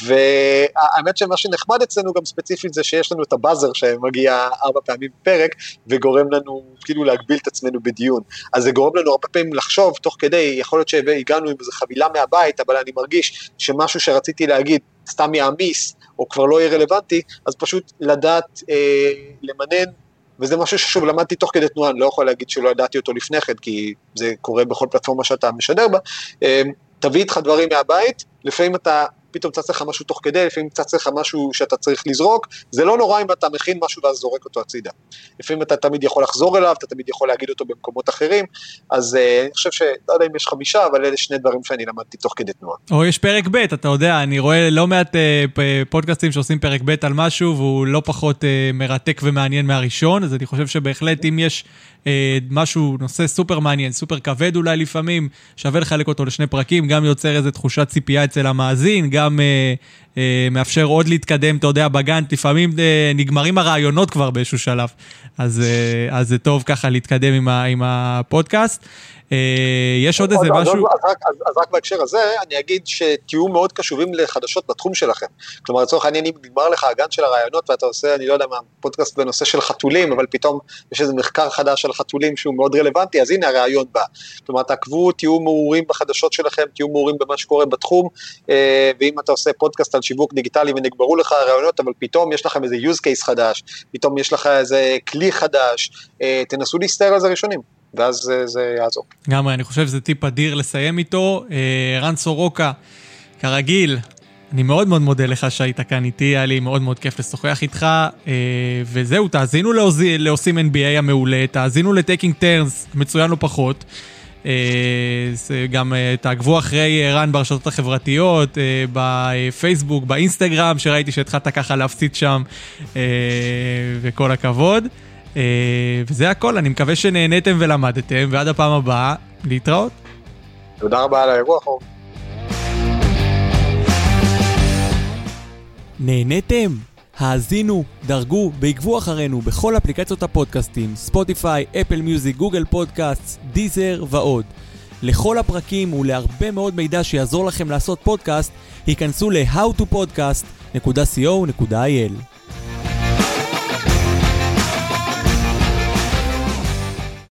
והאמת שמה שנחמד אצלנו גם ספציפית זה שיש לנו את הבאזר שמגיע ארבע פעמים בפרק, וגורם לנו כאילו להגביל את עצמנו בדיון, אז זה גורם לנו הרבה פעמים לחשוב תוך כדי, יכול להיות שהגענו עם איזו חבילה מהבית, אבל אני מרגיש שמשהו שרציתי להגיד סתם יעמיס, או כבר לא יהיה רלוונטי, אז פשוט לדעת אה, למנן, וזה משהו ששוב למדתי תוך כדי תנועה, אני לא יכול להגיד שלא ידעתי אותו לפני כן, כי זה קורה בכל פלטפורמה שאתה משדר בה, אה, תביא איתך דברים מהבית, לפעמים אתה פתאום צץ לך משהו תוך כדי, לפעמים צץ לך משהו שאתה צריך לזרוק, זה לא נורא אם אתה מכין משהו ואז זורק אותו הצידה. לפעמים אתה תמיד יכול לחזור אליו, אתה תמיד יכול להגיד אותו במקומות אחרים, אז uh, אני חושב שלא יודע אם יש חמישה, אבל אלה שני דברים שאני למדתי תוך כדי תנועה. או יש פרק ב', אתה יודע, אני רואה לא מעט uh, פודקאסטים שעושים פרק ב' על משהו, והוא לא פחות uh, מרתק ומעניין מהראשון, אז אני חושב שבהחלט אם יש uh, משהו, נושא סופר מעניין, סופר כבד אולי לפעמים, שווה לחלק אותו לשני פרקים, גם יוצר איזו תחושת ציפייה אצל המאזין, גם uh, uh, מאפשר עוד להתקדם, אתה יודע, בגנט, לפעמים uh, נגמרים הרעיונות כבר באיזשהו שלב, אז, uh, אז זה טוב ככה להתקדם עם, ה, עם הפודקאסט. Uh, יש עוד איזה משהו? אז רק, אז, אז רק בהקשר הזה, אני אגיד שתהיו מאוד קשובים לחדשות בתחום שלכם. כלומר, לצורך העניין, אם נגמר לך הגן של הרעיונות, ואתה עושה, אני לא יודע מה, פודקאסט בנושא של חתולים, אבל פתאום יש איזה מחקר חדש של חתולים שהוא מאוד רלוונטי, אז הנה הרעיון בא. כלומר, תעקבו, תהיו מעורים בחדשות שלכם, תהיו מעורים במה שקורה בתחום, ואם אתה עושה פודקאסט על שיווק דיגיטלי ונגמרו לך הרעיונות, אבל פתאום יש לכם איזה use case חדש, פתאום יש לך איזה כלי חדש, תנסו להסתער על זה ראשונים. ואז זה, זה יעזור. גם אני חושב שזה טיפ אדיר לסיים איתו. רן סורוקה, כרגיל, אני מאוד מאוד מודה לך שהיית כאן איתי, היה לי מאוד מאוד כיף לשוחח איתך, וזהו, תאזינו לעושים אן בי איי המעולה, תאזינו לטייקינג טרנס, מצוין לא פחות, גם תעקבו אחרי רן ברשתות החברתיות, בפייסבוק, באינסטגרם, שראיתי שהתחלת ככה להפסיד שם, וכל הכבוד. וזה הכל, אני מקווה שנהניתם ולמדתם, ועד הפעם הבאה, להתראות. תודה רבה על האירוח. נהניתם? האזינו, דרגו ועקבו אחרינו בכל אפליקציות הפודקאסטים, ספוטיפיי, אפל מיוזיק, גוגל פודקאסט, דיזר ועוד. לכל הפרקים ולהרבה מאוד מידע שיעזור לכם לעשות פודקאסט, היכנסו ל-how to podcast דוט קו נקודה איי אל.